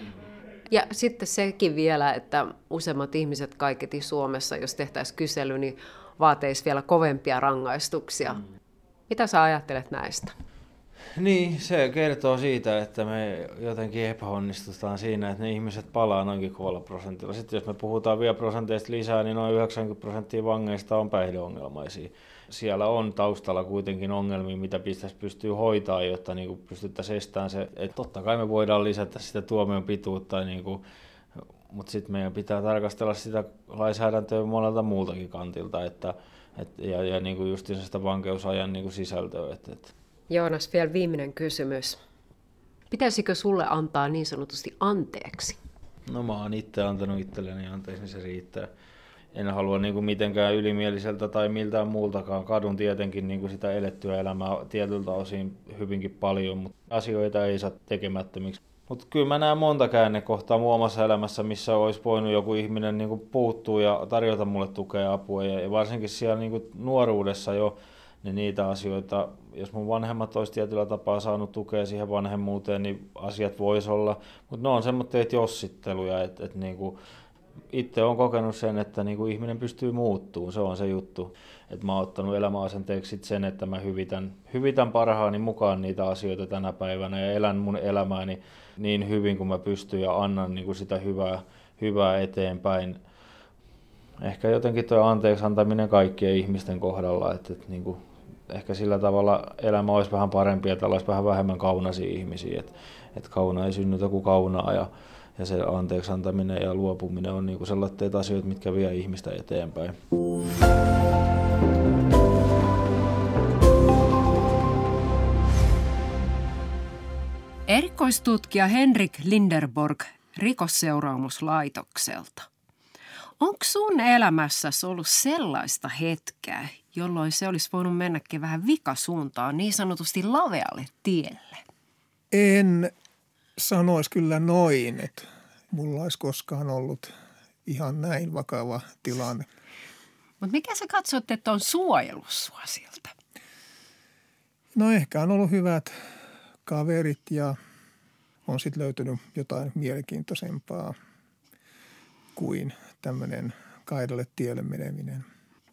Ja sitten sekin vielä, että useimmat ihmiset kaiketi Suomessa, jos tehtäisiin kysely, niin vaateisi vielä kovempia rangaistuksia. Mitä sä ajattelet näistä? Niin, se kertoo siitä, että me jotenkin epäonnistutaan siinä, että ne ihmiset palaa noinkin kovalla prosentilla. Sitten jos me puhutaan vielä prosenteista lisää, niin noin 90% vangeista on päihdeongelmaisia. Siellä on taustalla kuitenkin ongelmia, mitä pitäisi pystyä hoitamaan, jotta pystyttäisiin estämään se. Että totta kai me voidaan lisätä sitä tuomion pituutta, mutta sitten meidän pitää tarkastella sitä lainsäädäntöä monelta muultakin kantilta, ja just sitä vankeusajan sisältöä. Joonas, vielä viimeinen kysymys. Pitäisikö sulle antaa niin sanotusti anteeksi? No mä oon itse antanut itselleni anteeksi, niin se riittää. En halua mitenkään ylimieliseltä tai miltään muultakaan. Kadun tietenkin sitä elettyä elämää tietyltä osin hyvinkin paljon, mutta asioita ei saa tekemättömiksi. Mutta kyllä mä näen monta käännekohtaa mun omassa elämässä, missä olisi voinut joku ihminen puuttua ja tarjota mulle tukea ja apua. Ja varsinkin siellä nuoruudessa jo niin niitä asioita, jos mun vanhemmat olisi tietyllä tapaa saanut tukea siihen vanhemmuuteen, niin asiat voisi olla. Mutta ne on semmoitteet jossitteluja, että itse olen kokenut sen, että ihminen pystyy muuttumaan, se on se juttu. Että mä oon ottanut elämäasenteeksi sen, että mä hyvitän parhaani mukaan niitä asioita tänä päivänä ja elän mun elämääni niin hyvin kuin mä pystyn ja annan sitä hyvää eteenpäin. Ehkä jotenkin tuo anteeksi antaminen kaikkien ihmisten kohdalla, että ehkä sillä tavalla elämä olisi vähän parempi, että olisi vähän vähemmän kaunaisia ihmisiä, että kauna ei synnytä kuin kaunaa ja se anteeksi antaminen ja luopuminen on sellaiset asioita, mitkä vie ihmistä eteenpäin. Erikoistutkija Henrik Linderborg Rikosseuraamuslaitokselta. Onko sun elämässäsi ollut sellaista hetkeä, jolloin se olisi voinut mennäkin vähän vikasuuntaan, niin sanotusti lavealle tielle? En sanoisi kyllä noin, että mulla olisi koskaan ollut ihan näin vakava tilanne. Mutta mikä sä katsot, että on suojellut sua siltä? No ehkä on ollut hyvät kaverit ja on sitten löytynyt jotain mielenkiintoisempaa kuin tämmöinen kaidalle tielle meneminen.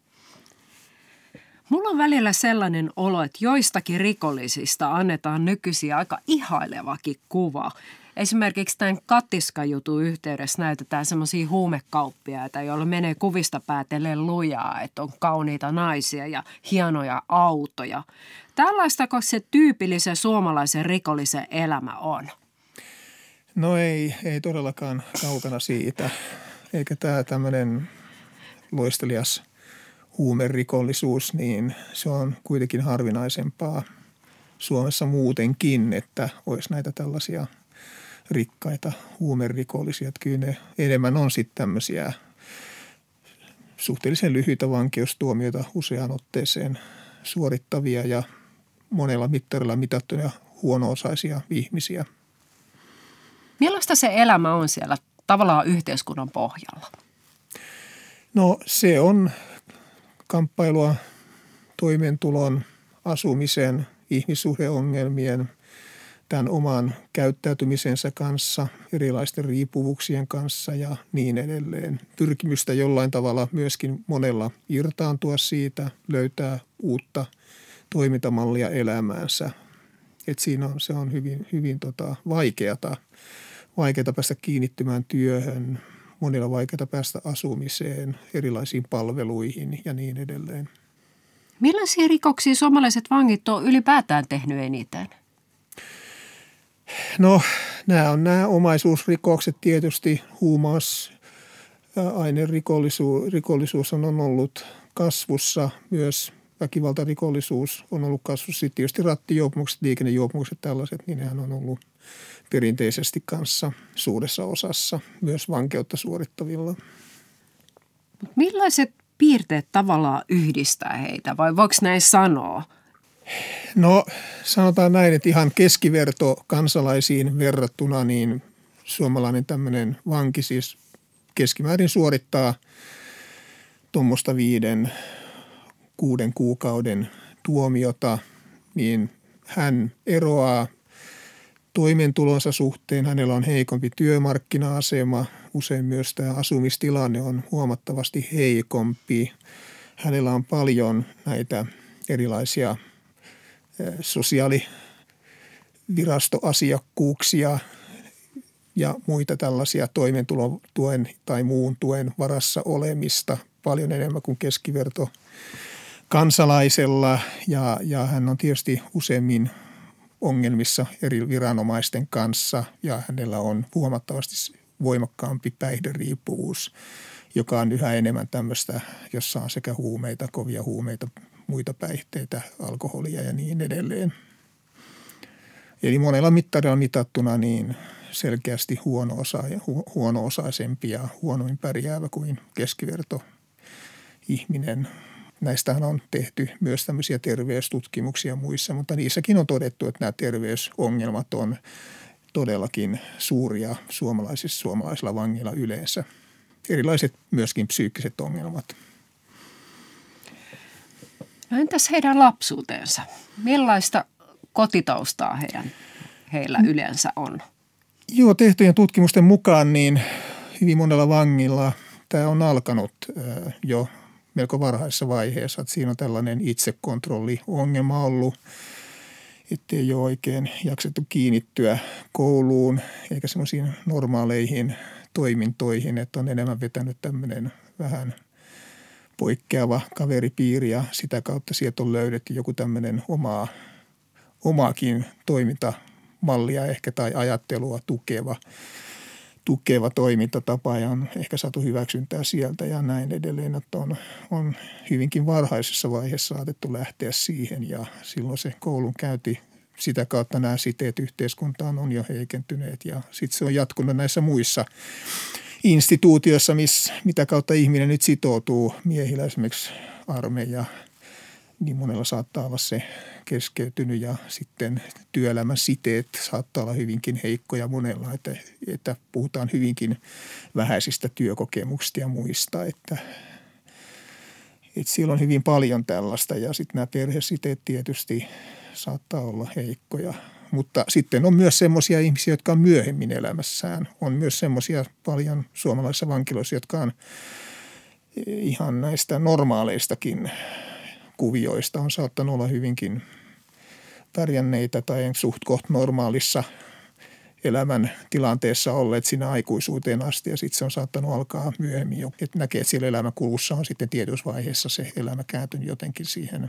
Mulla on välillä sellainen olo, että joistakin rikollisista annetaan nykyisin aika ihailevakin kuva. Esimerkiksi tämän katiskajutun yhteydessä näytetään semmoisia huumekauppiaita, joilla menee kuvista päätellen lujaa, että on kauniita naisia ja hienoja autoja. Tällaistako se tyypillisen suomalaisen rikollisen elämä on? No ei todellakaan kaukana siitä. Eikä tämä tämmöinen loistelias huumerikollisuus, niin se on kuitenkin harvinaisempaa Suomessa muutenkin, että olisi näitä tällaisia rikkaita huumerikollisia. Että kyllä ne enemmän on sitten tämmöisiä suhteellisen lyhyitä vankeustuomioita useaan otteeseen suorittavia ja monella mittarilla mitattuja huono-osaisia ihmisiä. Millaista se elämä on siellä tavallaan yhteiskunnan pohjalla? No se on kamppailua toimeentulon, asumisen, ihmissuhdeongelmien, tämän oman käyttäytymisensä kanssa, erilaisten riippuvuuksien kanssa ja niin edelleen. Pyrkimystä jollain tavalla myöskin monella irtaantua siitä, löytää uutta toimintamallia elämäänsä. Et se on hyvin vaikeata päästä kiinnittymään työhön, monilla vaikeata päästä asumiseen, erilaisiin palveluihin ja niin edelleen. Millaisia rikoksia suomalaiset vangit on ylipäätään tehnyt eniten? No nämä omaisuusrikokset tietysti, huumausainerikollisuus on ollut kasvussa, myös väkivaltarikollisuus on ollut kasvussa. Sitten tietysti rattijuopumukset, liikennejuopumukset, tällaiset, niin nehän on ollut perinteisesti kanssa suuressa osassa, myös vankeutta suorittavilla. Millaiset piirteet tavallaan yhdistää heitä vai voiko näin sanoa? No sanotaan näin, että ihan keskiverto kansalaisiin verrattuna niin suomalainen tämmöinen vanki siis keskimäärin suorittaa tuommoista 5-6 kuukauden tuomiota, niin hän eroaa toimeentulonsa suhteen. Hänellä on heikompi työmarkkina-asema, usein myös tämä asumistilanne on huomattavasti heikompi. Hänellä on paljon näitä erilaisia sosiaalivirastoasiakkuuksia ja muita tällaisia toimeentulotuen tai muun tuen varassa olemista paljon enemmän kuin keskiverto kansalaisella ja hän on tietysti useimmin ongelmissa eri viranomaisten kanssa ja hänellä on huomattavasti voimakkaampi päihderiippuvuus, joka on yhä enemmän tämmöistä, jossa on sekä huumeita, kovia huumeita, muita päihteitä, alkoholia ja niin edelleen. Eli monella mittarilla mitattuna niin selkeästi huono-osaisempi ja huonommin pärjäävä kuin keskiverto ihminen. Näistähän on tehty myös tämmöisiä terveystutkimuksia muissa, mutta niissäkin on todettu, että nämä terveysongelmat on todellakin suuria suomalaisilla vangeilla yleensä. Erilaiset myöskin psyykkiset ongelmat. No entäs heidän lapsuutensa? Millaista kotitaustaa heillä yleensä on? Joo, tehtyjen tutkimusten mukaan niin hyvin monella vangilla tämä on alkanut jo melko varhaisessa vaiheessa. Että siinä on tällainen itsekontrolliongelma ollut, ettei ole oikein jaksettu kiinnittyä kouluun eikä semmoisiin normaaleihin toimintoihin, että on enemmän vetänyt tämmöinen vähän poikkeava kaveripiiri ja sitä kautta sieltä on löydetty joku tämmöinen omaakin toimintamallia ehkä tai ajattelua tukeva toimintatapa ja on ehkä saatu hyväksyntää sieltä ja näin edelleen, että on hyvinkin varhaisessa vaiheessa saatettu lähteä siihen ja silloin se koulun käynti, sitä kautta nämä siteet yhteiskuntaan on jo heikentyneet ja sitten se on jatkunut näissä muissa instituutioissa, mitä kautta ihminen nyt sitoutuu miehillä esimerkiksi armeija, niin monella saattaa olla se keskeytynyt ja sitten työelämän siteet saattaa olla hyvinkin heikkoja monella, että puhutaan hyvinkin vähäisistä työkokemuksista ja muista, että siellä on hyvin paljon tällaista ja sitten nämä perhesiteet tietysti saattaa olla heikkoja. Mutta sitten on myös semmoisia ihmisiä, jotka on myöhemmin elämässään. On myös semmoisia paljon suomalaisissa vankiloissa, jotka on ihan näistä normaaleistakin kuvioista on saattanut olla hyvinkin pärjänneitä tai suht koht normaalissa elämän tilanteessa olleet siinä aikuisuuteen asti ja sitten se on saattanut alkaa myöhemmin jo. Että näkee, että siellä elämänkulussa on sitten tietyssä vaiheessa se elämä kääntynyt jotenkin siihen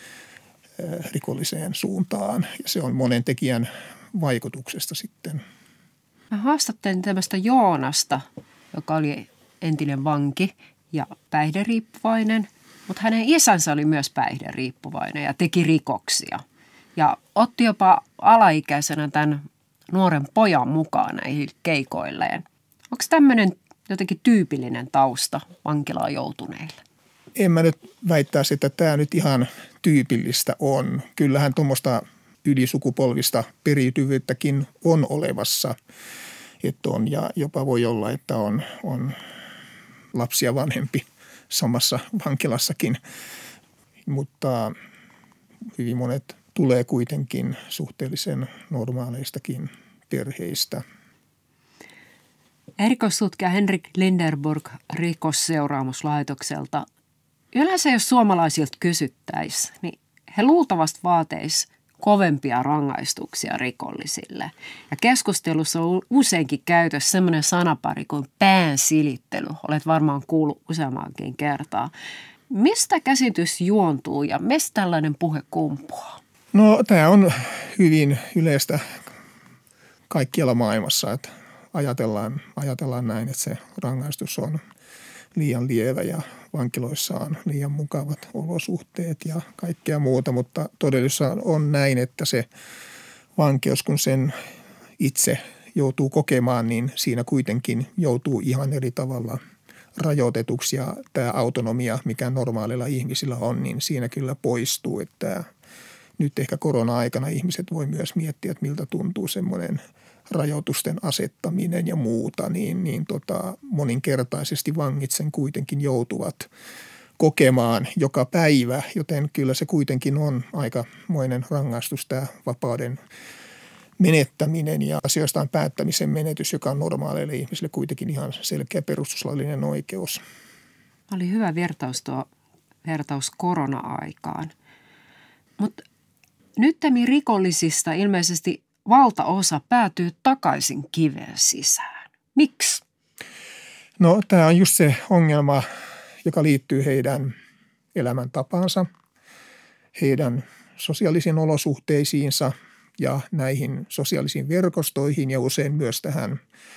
rikolliseen suuntaan ja se on monen tekijän vaikutuksesta sitten. Mä haastattelin tämmöistä Joonasta, joka oli entinen vanki ja päihderiippuvainen, mutta hänen isänsä oli myös päihderiippuvainen ja teki rikoksia. Ja otti jopa alaikäisenä tämän nuoren pojan mukaan näihin keikoilleen. Onko tämmöinen jotenkin tyypillinen tausta vankilaan joutuneille? En mä nyt väittäisi, että tämä nyt ihan tyypillistä on. Kyllähän tuommoista ylisukupolvista periytyvyyttäkin on olevassa. Että on, ja jopa voi olla, että on lapsia vanhempi samassa vankilassakin. Mutta hyvin monet tulee kuitenkin suhteellisen normaaleistakin perheistä. Erikoistutkija Henrik Linderborg Rikosseuraamuslaitokselta. Yleensä jos suomalaisilta kysyttäisiin, niin he luultavasti vaateisivat kovempia rangaistuksia rikollisille. Ja keskustelussa on useinkin käytössä sellainen sanapari kuin päänsilittely. Olet varmaan kuullut useammankin kertaa. Mistä käsitys juontuu ja mistä tällainen puhe kumpuaa? No tämä on hyvin yleistä kaikkialla maailmassa, että ajatellaan näin, että se rangaistus on liian lievä ja vankiloissa on liian mukavat olosuhteet ja kaikkea muuta, mutta todellisuudessa on näin, että se vankeus, kun sen itse joutuu kokemaan, niin siinä kuitenkin joutuu ihan eri tavalla rajoitetuksi ja tämä autonomia, mikä normaalilla ihmisillä on, niin siinä kyllä poistuu, että nyt ehkä korona-aikana ihmiset voi myös miettiä, että miltä tuntuu semmoinen rajoitusten asettaminen ja muuta, niin moninkertaisesti vangit sen kuitenkin joutuvat kokemaan joka päivä, joten kyllä se kuitenkin on aikamoinen rangaistus tämä vapauden menettäminen ja asioistaan päättämisen menetys, joka on normaaleille ihmisille kuitenkin ihan selkeä perustuslaillinen oikeus. Oli hyvä vertaus korona-aikaan. Mutta nyttemmin rikollisista ilmeisesti valtaosa päätyy takaisin kiveen sisään. Miksi? No tämä on just se ongelma, joka liittyy heidän elämäntapaansa, heidän sosiaalisiin olosuhteisiinsa ja näihin sosiaalisiin verkostoihin ja usein myös tähän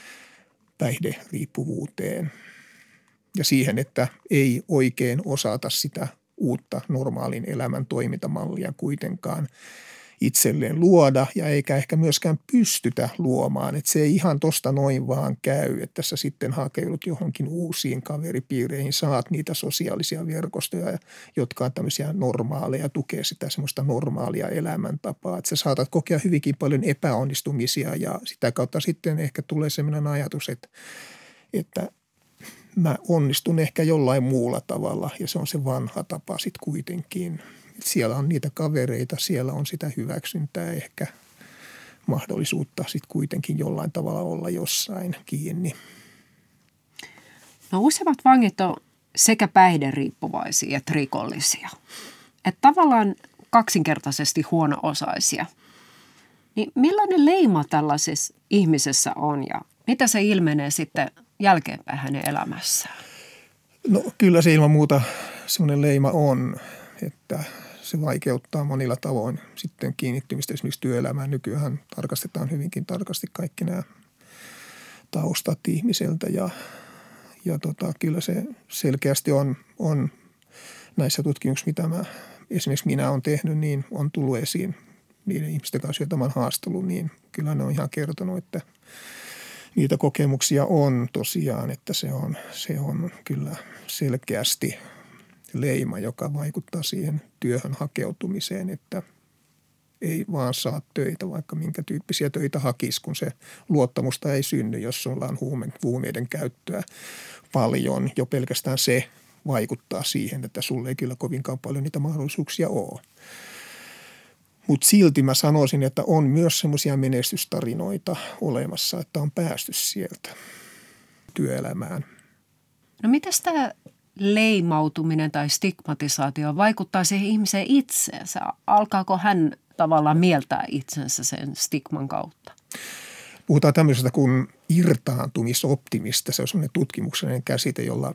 päihderiippuvuuteen ja siihen, että ei oikein osata sitä uutta normaalin elämän toimintamallia kuitenkaan itselleen luoda ja eikä ehkä myöskään pystytä luomaan. Että se ei ihan tosta noin vaan käy, että sä sitten hakeudut johonkin uusiin kaveripiireihin, saat niitä sosiaalisia verkostoja, jotka on tämmöisiä normaaleja, tukee sitä semmoista normaalia elämäntapaa. Että sä saatat kokea hyvinkin paljon epäonnistumisia ja sitä kautta sitten ehkä tulee semmoinen ajatus, että mä onnistun ehkä jollain muulla tavalla ja se on se vanha tapa sitten kuitenkin. Siellä on niitä kavereita, siellä on sitä hyväksyntää ehkä mahdollisuutta sitten kuitenkin jollain tavalla olla jossain kiinni. No useimmat vangit on sekä päihderiippuvaisia että rikollisia. Että tavallaan kaksinkertaisesti huono-osaisia. Niin millainen leima tällaisessa ihmisessä on ja mitä se ilmenee sitten jälkeenpäin hänen elämässään? No kyllä se ilman muuta semmoinen leima on, että se vaikeuttaa monilla tavoin sitten kiinnittymistä esimerkiksi työelämään. Nykyään tarkastetaan hyvinkin tarkasti kaikki nämä taustat ihmiseltä ja kyllä se selkeästi on näissä tutkimuksissa, mitä esimerkiksi minä olen tehnyt, niin on tullut esiin niiden ihmisten kanssa, joita olen haastellut, niin kyllä ne on ihan kertonut, että niitä kokemuksia on tosiaan, että se on kyllä selkeästi leima, joka vaikuttaa siihen työhön hakeutumiseen, että ei vaan saa töitä, vaikka minkä tyyppisiä töitä hakisi, kun se luottamusta ei synny, jos sulla on huumeiden käyttöä paljon. Jo pelkästään se vaikuttaa siihen, että sulle ei kyllä kovinkaan paljon niitä mahdollisuuksia ole. Mutta silti mä sanoisin, että on myös semmoisia menestystarinoita olemassa, että on päästy sieltä työelämään. No mitäs tämä leimautuminen tai stigmatisaatio vaikuttaa siihen ihmiseen itseensä? Alkaako hän tavallaan mieltää itsensä sen stigman kautta? Puhutaan tämmöisestä kuin irtaantumisoptimista. Se on sellainen tutkimuksellinen käsite, jolla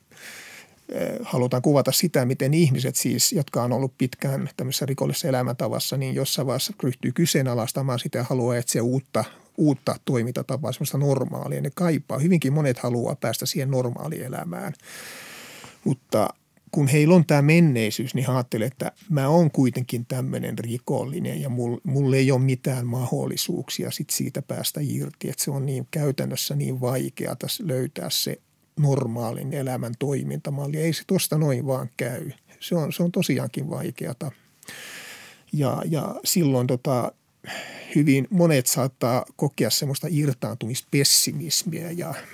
halutaan kuvata sitä, miten ihmiset siis, jotka on ollut pitkään tämmöisessä rikollisessa elämäntavassa, niin jossain vaiheessa ryhtyy kyseenalaistamaan sitä ja haluaa etsiä uutta toimintatapaa, semmoista normaalia. Ne kaipaa. Hyvinkin monet haluaa päästä siihen normaalielämään, mutta kun heillä on tämä menneisyys, niin ajattelee, että mä oon kuitenkin tämmöinen rikollinen ja mulla ei ole mitään mahdollisuuksia sit siitä päästä irti. Että se on niin käytännössä niin vaikeaa löytää se normaalin elämän toimintamalli. Ei se tuosta noin vaan käy. Se on tosiaankin vaikeata. Ja silloin hyvin monet saattaa kokea semmoista irtaantumispessimismiä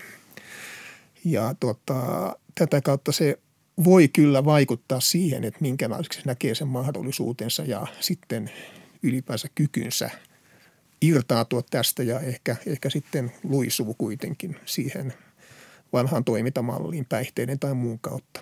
ja tätä kautta se voi kyllä vaikuttaa siihen, että minkälaiseksi näkee sen mahdollisuutensa ja sitten ylipäänsä kykynsä irtautua tästä ja ehkä sitten luisuu kuitenkin siihen vanhaan toimintamalliin päihteiden tai muun kautta.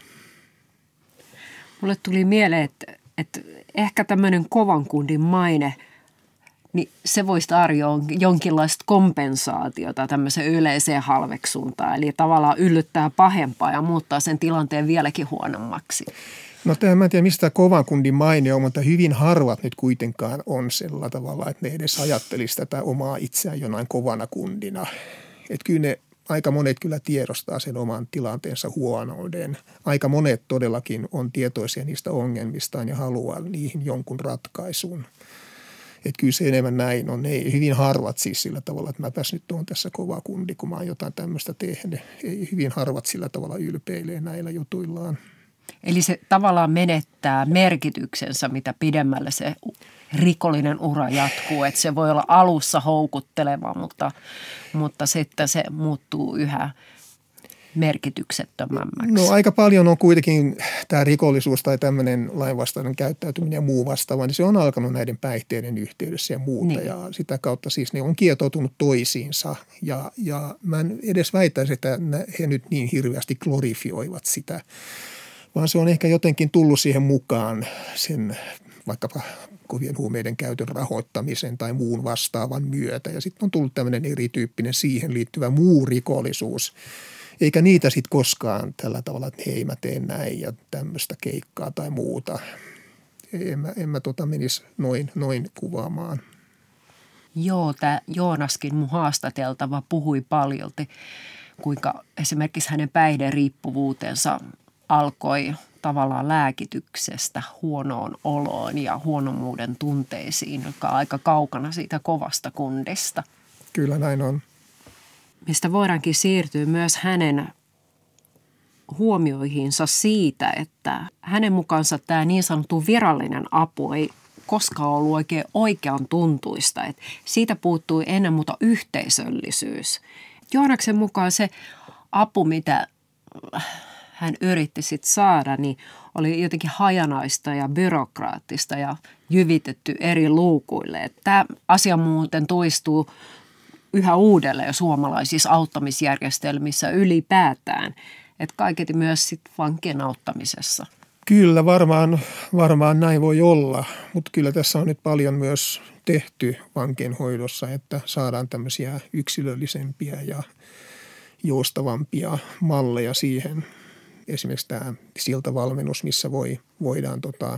Mulle tuli mieleen, että ehkä tämmöinen kovan kundin maine, niin se voisi tarjoa jonkinlaista kompensaatiota tämmöiseen yleiseen halveksuntaan. Eli tavallaan yllyttää pahempaa ja muuttaa sen tilanteen vieläkin huonommaksi. No mä en tiedä, mistä kovan kundin maine on, mutta hyvin harvat nyt kuitenkaan on sillä tavalla, että ne edes ajattelisi tätä omaa itseään jonain kovana kundina. Että kyllä ne aika monet kyllä tiedostaa sen oman tilanteensa huonouden. Aika monet todellakin on tietoisia niistä ongelmistaan ja haluaa niihin jonkun ratkaisun. Että kyllä se enemmän näin on. Ei hyvin harvat siis sillä tavalla, että mäpäs nyt oon tässä kova kundi, kun mä oon jotain tämmöistä tehnyt. Ei hyvin harvat sillä tavalla ylpeilee näillä jutuillaan. Eli se tavallaan menettää merkityksensä, mitä pidemmälle se rikollinen ura jatkuu. Että se voi olla alussa houkutteleva, mutta sitten se muuttuu yhä merkityksettömämmäksi. No aika paljon on kuitenkin tämä rikollisuus tai tämmöinen lainvastainen käyttäytyminen ja muu vastaava, niin se on alkanut näiden päihteiden yhteydessä ja muuta. Niin. Ja sitä kautta siis ne on kietoutunut toisiinsa ja mä en edes väittäisi, että he nyt niin hirveästi glorifioivat sitä, vaan se on ehkä jotenkin tullut siihen mukaan sen vaikkapa kovien huumeiden käytön rahoittamisen tai muun vastaavan myötä. Ja sitten on tullut tämmöinen erityyppinen siihen liittyvä muu rikollisuus. Eikä niitä sitten koskaan tällä tavalla, että hei mä teen näin ja tämmöistä keikkaa tai muuta. En mä menisi noin kuvaamaan. Joo, tämä Joonaskin mun haastateltava puhui paljolti, kuinka esimerkiksi hänen päihderiippuvuutensa alkoi tavallaan lääkityksestä huonoon oloon ja huonommuuden tunteisiin, joka on aika kaukana siitä kovasta kundista. Kyllä näin on. Mistä voidaankin siirtyä myös hänen huomioihinsa siitä, että hänen mukaansa tämä niin sanottu virallinen apu ei koskaan ollut oikein oikean tuntuista. Että siitä puuttui ennen muuta yhteisöllisyys. Joonaksen mukaan se apu, mitä hän yritti sitten saada, niin oli jotenkin hajanaista ja byrokraattista ja jyvitetty eri luukuille. Tämä asia muuten toistuu yhä uudelleen suomalaisissa auttamisjärjestelmissä ylipäätään, että kaiketi myös sit vankien auttamisessa. Kyllä, varmaan näin voi olla, mutta kyllä tässä on nyt paljon myös tehty vankeinhoidossa, että saadaan tämmöisiä yksilöllisempiä ja joustavampia malleja siihen. Esimerkiksi tämä siltavalmennus, missä voidaan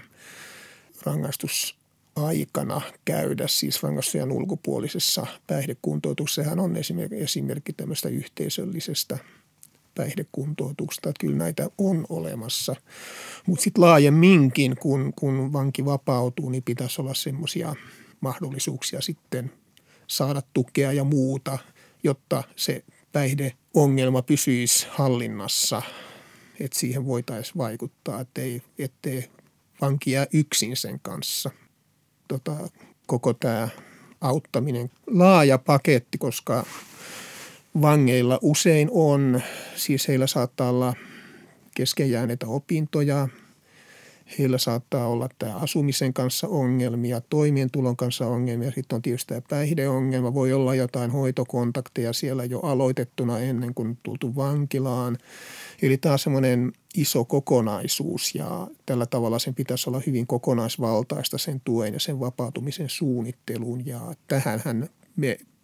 rangaistusaikana käydä, siis rangaistusajan ulkopuolisessa päihdekuntoutuksessa. Sehän on esimerkki tämmöistä yhteisöllisestä päihdekuntoutuksesta, että kyllä näitä on olemassa. Mutta sitten laajemminkin, kun vanki vapautuu, niin pitäisi olla semmoisia mahdollisuuksia sitten saada tukea ja muuta, jotta se päihdeongelma pysyisi hallinnassa, että siihen voitaisiin vaikuttaa, ettei vanki jää yksin sen kanssa. Koko tämä auttaminen laaja paketti, koska vangeilla usein on, siis heillä saattaa olla kesken jääneitä opintoja, heillä saattaa olla tämä asumisen kanssa ongelmia, toimeentulon kanssa ongelmia, sitten on tietysti tämä päihdeongelma, voi olla jotain hoitokontakteja siellä jo aloitettuna ennen kuin tultu vankilaan. Eli tämä on semmoinen iso kokonaisuus ja tällä tavalla sen pitäisi olla hyvin kokonaisvaltaista sen tuen ja sen vapautumisen suunnitteluun ja tähänhän me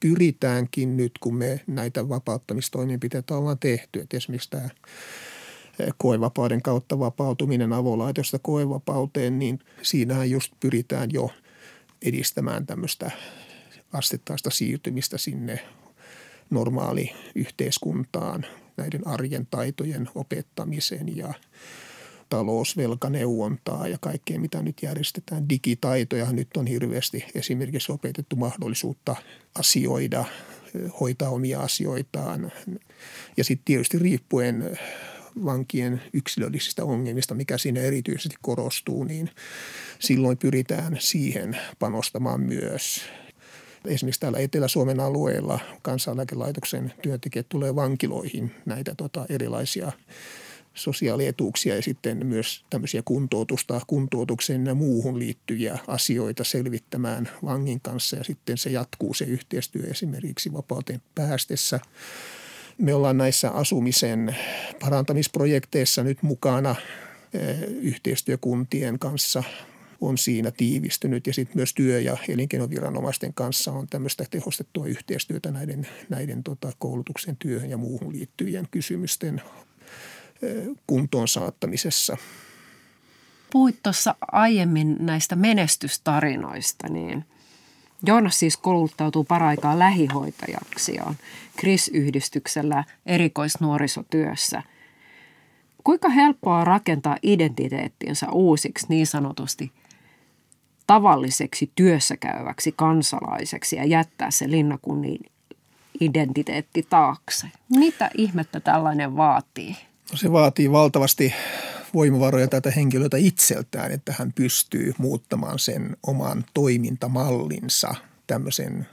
pyritäänkin nyt, kun me näitä vapauttamistoimenpiteitä ollaan tehty. Että esimerkiksi tämä koevapauden kautta vapautuminen avolaitosta koevapauteen, niin siinähän just pyritään jo edistämään tämmöistä asteittaista siirtymistä sinne normaali yhteiskuntaan, näiden arjen taitojen opettamiseen ja talousvelkaneuvontaa ja kaikkea, mitä nyt järjestetään. Digitaitoja nyt on hirveästi esimerkiksi opetettu mahdollisuutta asioida, hoitaa omia asioitaan. Ja sitten tietysti riippuen vankien yksilöllisistä ongelmista, mikä siinä erityisesti korostuu, niin silloin pyritään siihen panostamaan myös. Esimerkiksi täällä Etelä-Suomen alueella Kansaneläkelaitoksen työntekijät tulee vankiloihin näitä erilaisia sosiaalietuuksia ja sitten myös tämmöisiä kuntoutukseen ja muuhun liittyviä asioita selvittämään vangin kanssa ja sitten se jatkuu se yhteistyö esimerkiksi vapauteen päästessä. Me ollaan näissä asumisen parantamisprojekteissa nyt mukana yhteistyökuntien kanssa on siinä tiivistynyt ja sitten myös työ- ja elinkeinoviranomaisten kanssa on tämmöistä tehostettua yhteistyötä näiden koulutuksen työhön ja muuhun liittyvien kysymysten kuntoon saattamisessa. Puhuit tuossa aiemmin näistä menestystarinoista, niin Joonas siis kouluttautuu paraikaa lähihoitajaksi ja on KRIS-yhdistyksellä erikoisnuorisotyössä. Kuinka helppoa on rakentaa identiteettinsä uusiksi niin sanotusti tavalliseksi työssäkäyväksi kansalaiseksi ja jättää se linnakunnin identiteetti taakse? Mitä ihmettä tällainen vaatii? No se vaatii valtavasti voimavaroja tältä henkilöltä itseltään, että hän pystyy muuttamaan sen oman toimintamallinsa tämmöisen,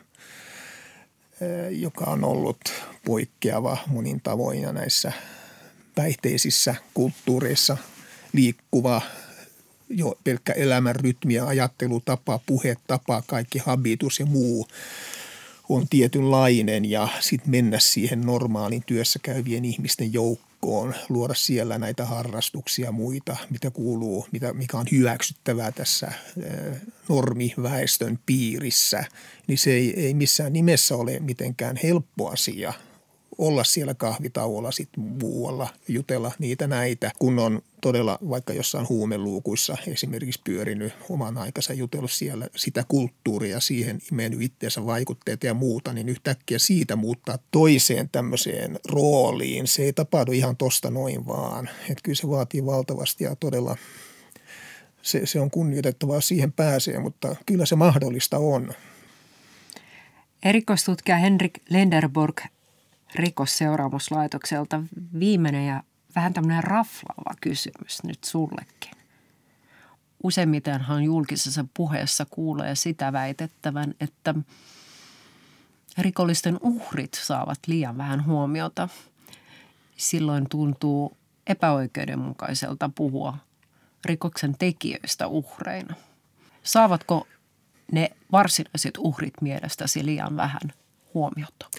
joka on ollut poikkeava monin tavoin ja näissä päihteisissä kulttuureissa liikkuva jo pelkkä elämän rytmi ja ajattelutapa, puhetapa, kaikki habitus ja muu on tietynlainen ja sitten mennä siihen normaalin työssä käyvien ihmisten joukkoon, luoda siellä näitä harrastuksia ja muita, mitä kuuluu, mikä on hyväksyttävää tässä normiväestön piirissä, niin se ei missään nimessä ole mitenkään helppo asia olla siellä kahvitauolla sitten muualla, jutella niitä näitä, kun on todella vaikka jossain huumeluukuissa esimerkiksi pyörinyt oman aikansa, jutellut siellä sitä kulttuuria, siihen imennyt itseensä vaikutteita ja muuta, niin yhtäkkiä siitä muuttaa toiseen tämmöiseen rooliin. Se ei tapahdu ihan tosta noin vaan, että kyllä se vaatii valtavasti ja todella se on kunnioitettavaa, siihen pääsee, mutta kyllä se mahdollista on. Erikoistutkija Henrik Linderborg Rikosseuraamuslaitokselta viimeinen ja vähän tämmöinen raflaava kysymys nyt sullekin. Useimmitenhan julkisessa puheessa kuulee sitä väitettävän, että rikollisten uhrit saavat liian vähän huomiota. Silloin tuntuu epäoikeudenmukaiselta puhua rikoksen tekijöistä uhreina. Saavatko ne varsinaiset uhrit mielestäsi liian vähän huomiota?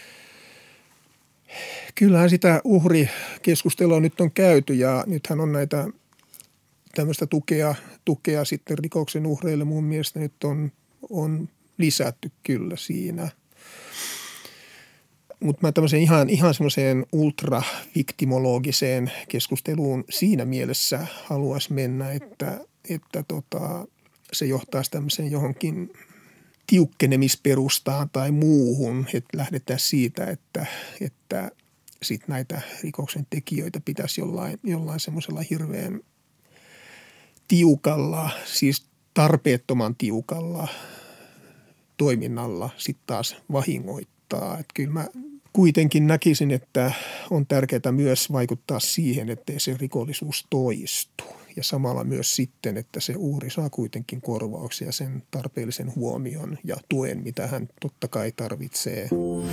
Kyllähän sitä uhrikeskustelua nyt on käyty ja nythän on näitä tämmöistä tukea sitten rikoksen uhreille mun mielestä nyt on lisätty kyllä siinä. Mutta mä tämmöiseen ihan semmoiseen ultraviktimologiseen keskusteluun siinä mielessä haluaisi mennä, että se johtaisi tämmöiseen johonkin tiukkenemisperustaan tai muuhun, että lähdetään siitä, että sitten näitä rikoksen tekijöitä pitäisi jollain semmoisella hirveän tiukalla, siis tarpeettoman tiukalla toiminnalla sitten taas vahingoittaa. Että kyllä mä kuitenkin näkisin, että on tärkeää myös vaikuttaa siihen, ettei se rikollisuus toistu. Ja samalla myös sitten, että se uhri saa kuitenkin korvauksia sen tarpeellisen huomion ja tuen, mitä hän totta kai tarvitsee.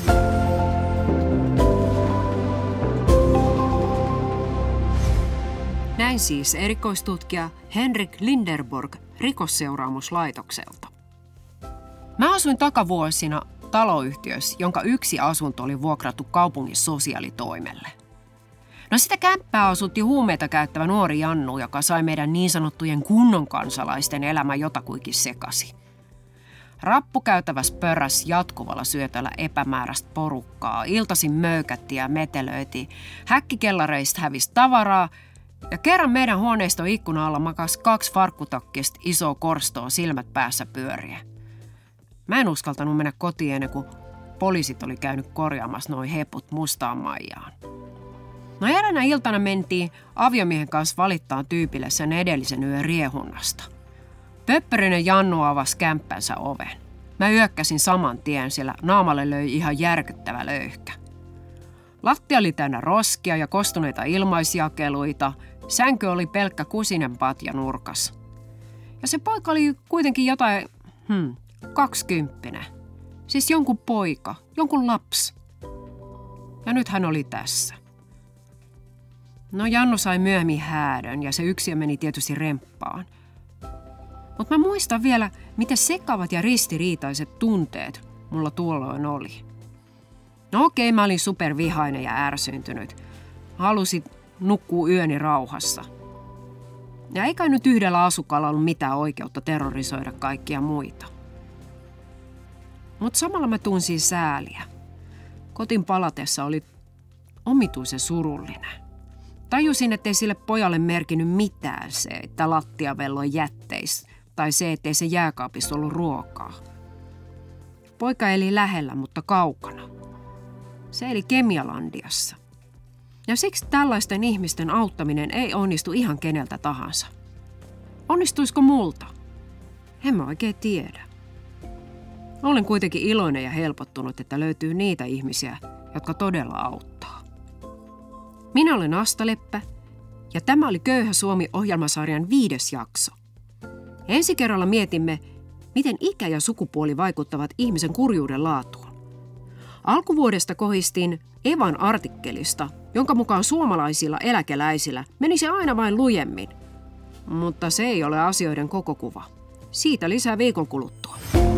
Näin siis erikoistutkija Henrik Linderborg Rikosseuraamuslaitokselta. Mä asuin takavuosina taloyhtiössä, jonka yksi asunto oli vuokrattu kaupungin sosiaalitoimelle. No sitä kämppää asutti huumeita käyttävä nuori Jannu, joka sai meidän niin sanottujen kunnon kansalaisten elämän jotakuinkin sekaisin. Rappukäytävässä pöräs jatkuvalla syötöllä epämääräistä porukkaa. Iltaisin möykättiin ja metelöitiin. Häkkikellareista hävisi tavaraa. Ja kerran meidän huoneiston ikkunan alla makas 2 farkkutakkista isoa korstoa silmät päässä pyöriä. Mä en uskaltanut mennä kotiin ennen kuin poliisit oli käynyt korjaamassa noi heput mustaan Maijaan. No eräänä iltana mentiin aviomiehen kanssa valittaan tyypille sen edellisen yön riehunnasta. Pöppörinen Jannu avasi kämppänsä oven. Mä yökkäsin saman tien, sillä naamalle löi ihan järkyttävä löyhkä. Lattia oli täynnä roskia ja kostuneita ilmaisjakeluita. Sänky oli pelkkä kusinen patja nurkas. Ja se poika oli kuitenkin jotain, 20. Siis jonkun poika, jonkun lapsi. Ja nyt hän oli tässä. No Jannu sai myöhemmin häädön ja se yksiö meni tietysti remppaan. Mutta mä muistan vielä, miten sekavat ja ristiriitaiset tunteet mulla tuolloin oli. No okei, mä olin supervihainen ja ärsyyntynyt. Halusin nukkua yöni rauhassa. Ja eikä nyt yhdellä asukkaalla ollut mitään oikeutta terrorisoida kaikkia muita. Mutta samalla mä tunsin sääliä. Kotiin palatessa oli omituisen surullinen. Tajusin, ettei sille pojalle merkinnyt mitään se, että lattia velloi jätteis, tai se, ettei se jääkaapissa ollut ruokaa. Poika eli lähellä, mutta kaukana. Se eli Kemialandiassa. Ja siksi tällaisten ihmisten auttaminen ei onnistu ihan keneltä tahansa. Onnistuisiko multa? En mä oikein tiedä. Olen kuitenkin iloinen ja helpottunut, että löytyy niitä ihmisiä, jotka todella auttaa. Minä olen Asta Leppä ja tämä oli Köyhä Suomi-ohjelmasarjan 5. jakso. Ensi kerralla mietimme, miten ikä ja sukupuoli vaikuttavat ihmisen kurjuuden laatuun. Alkuvuodesta kohistin Evan artikkelista, jonka mukaan suomalaisilla eläkeläisillä menisi aina vain lujemmin. Mutta se ei ole asioiden koko kuva. Siitä lisää viikon kuluttua.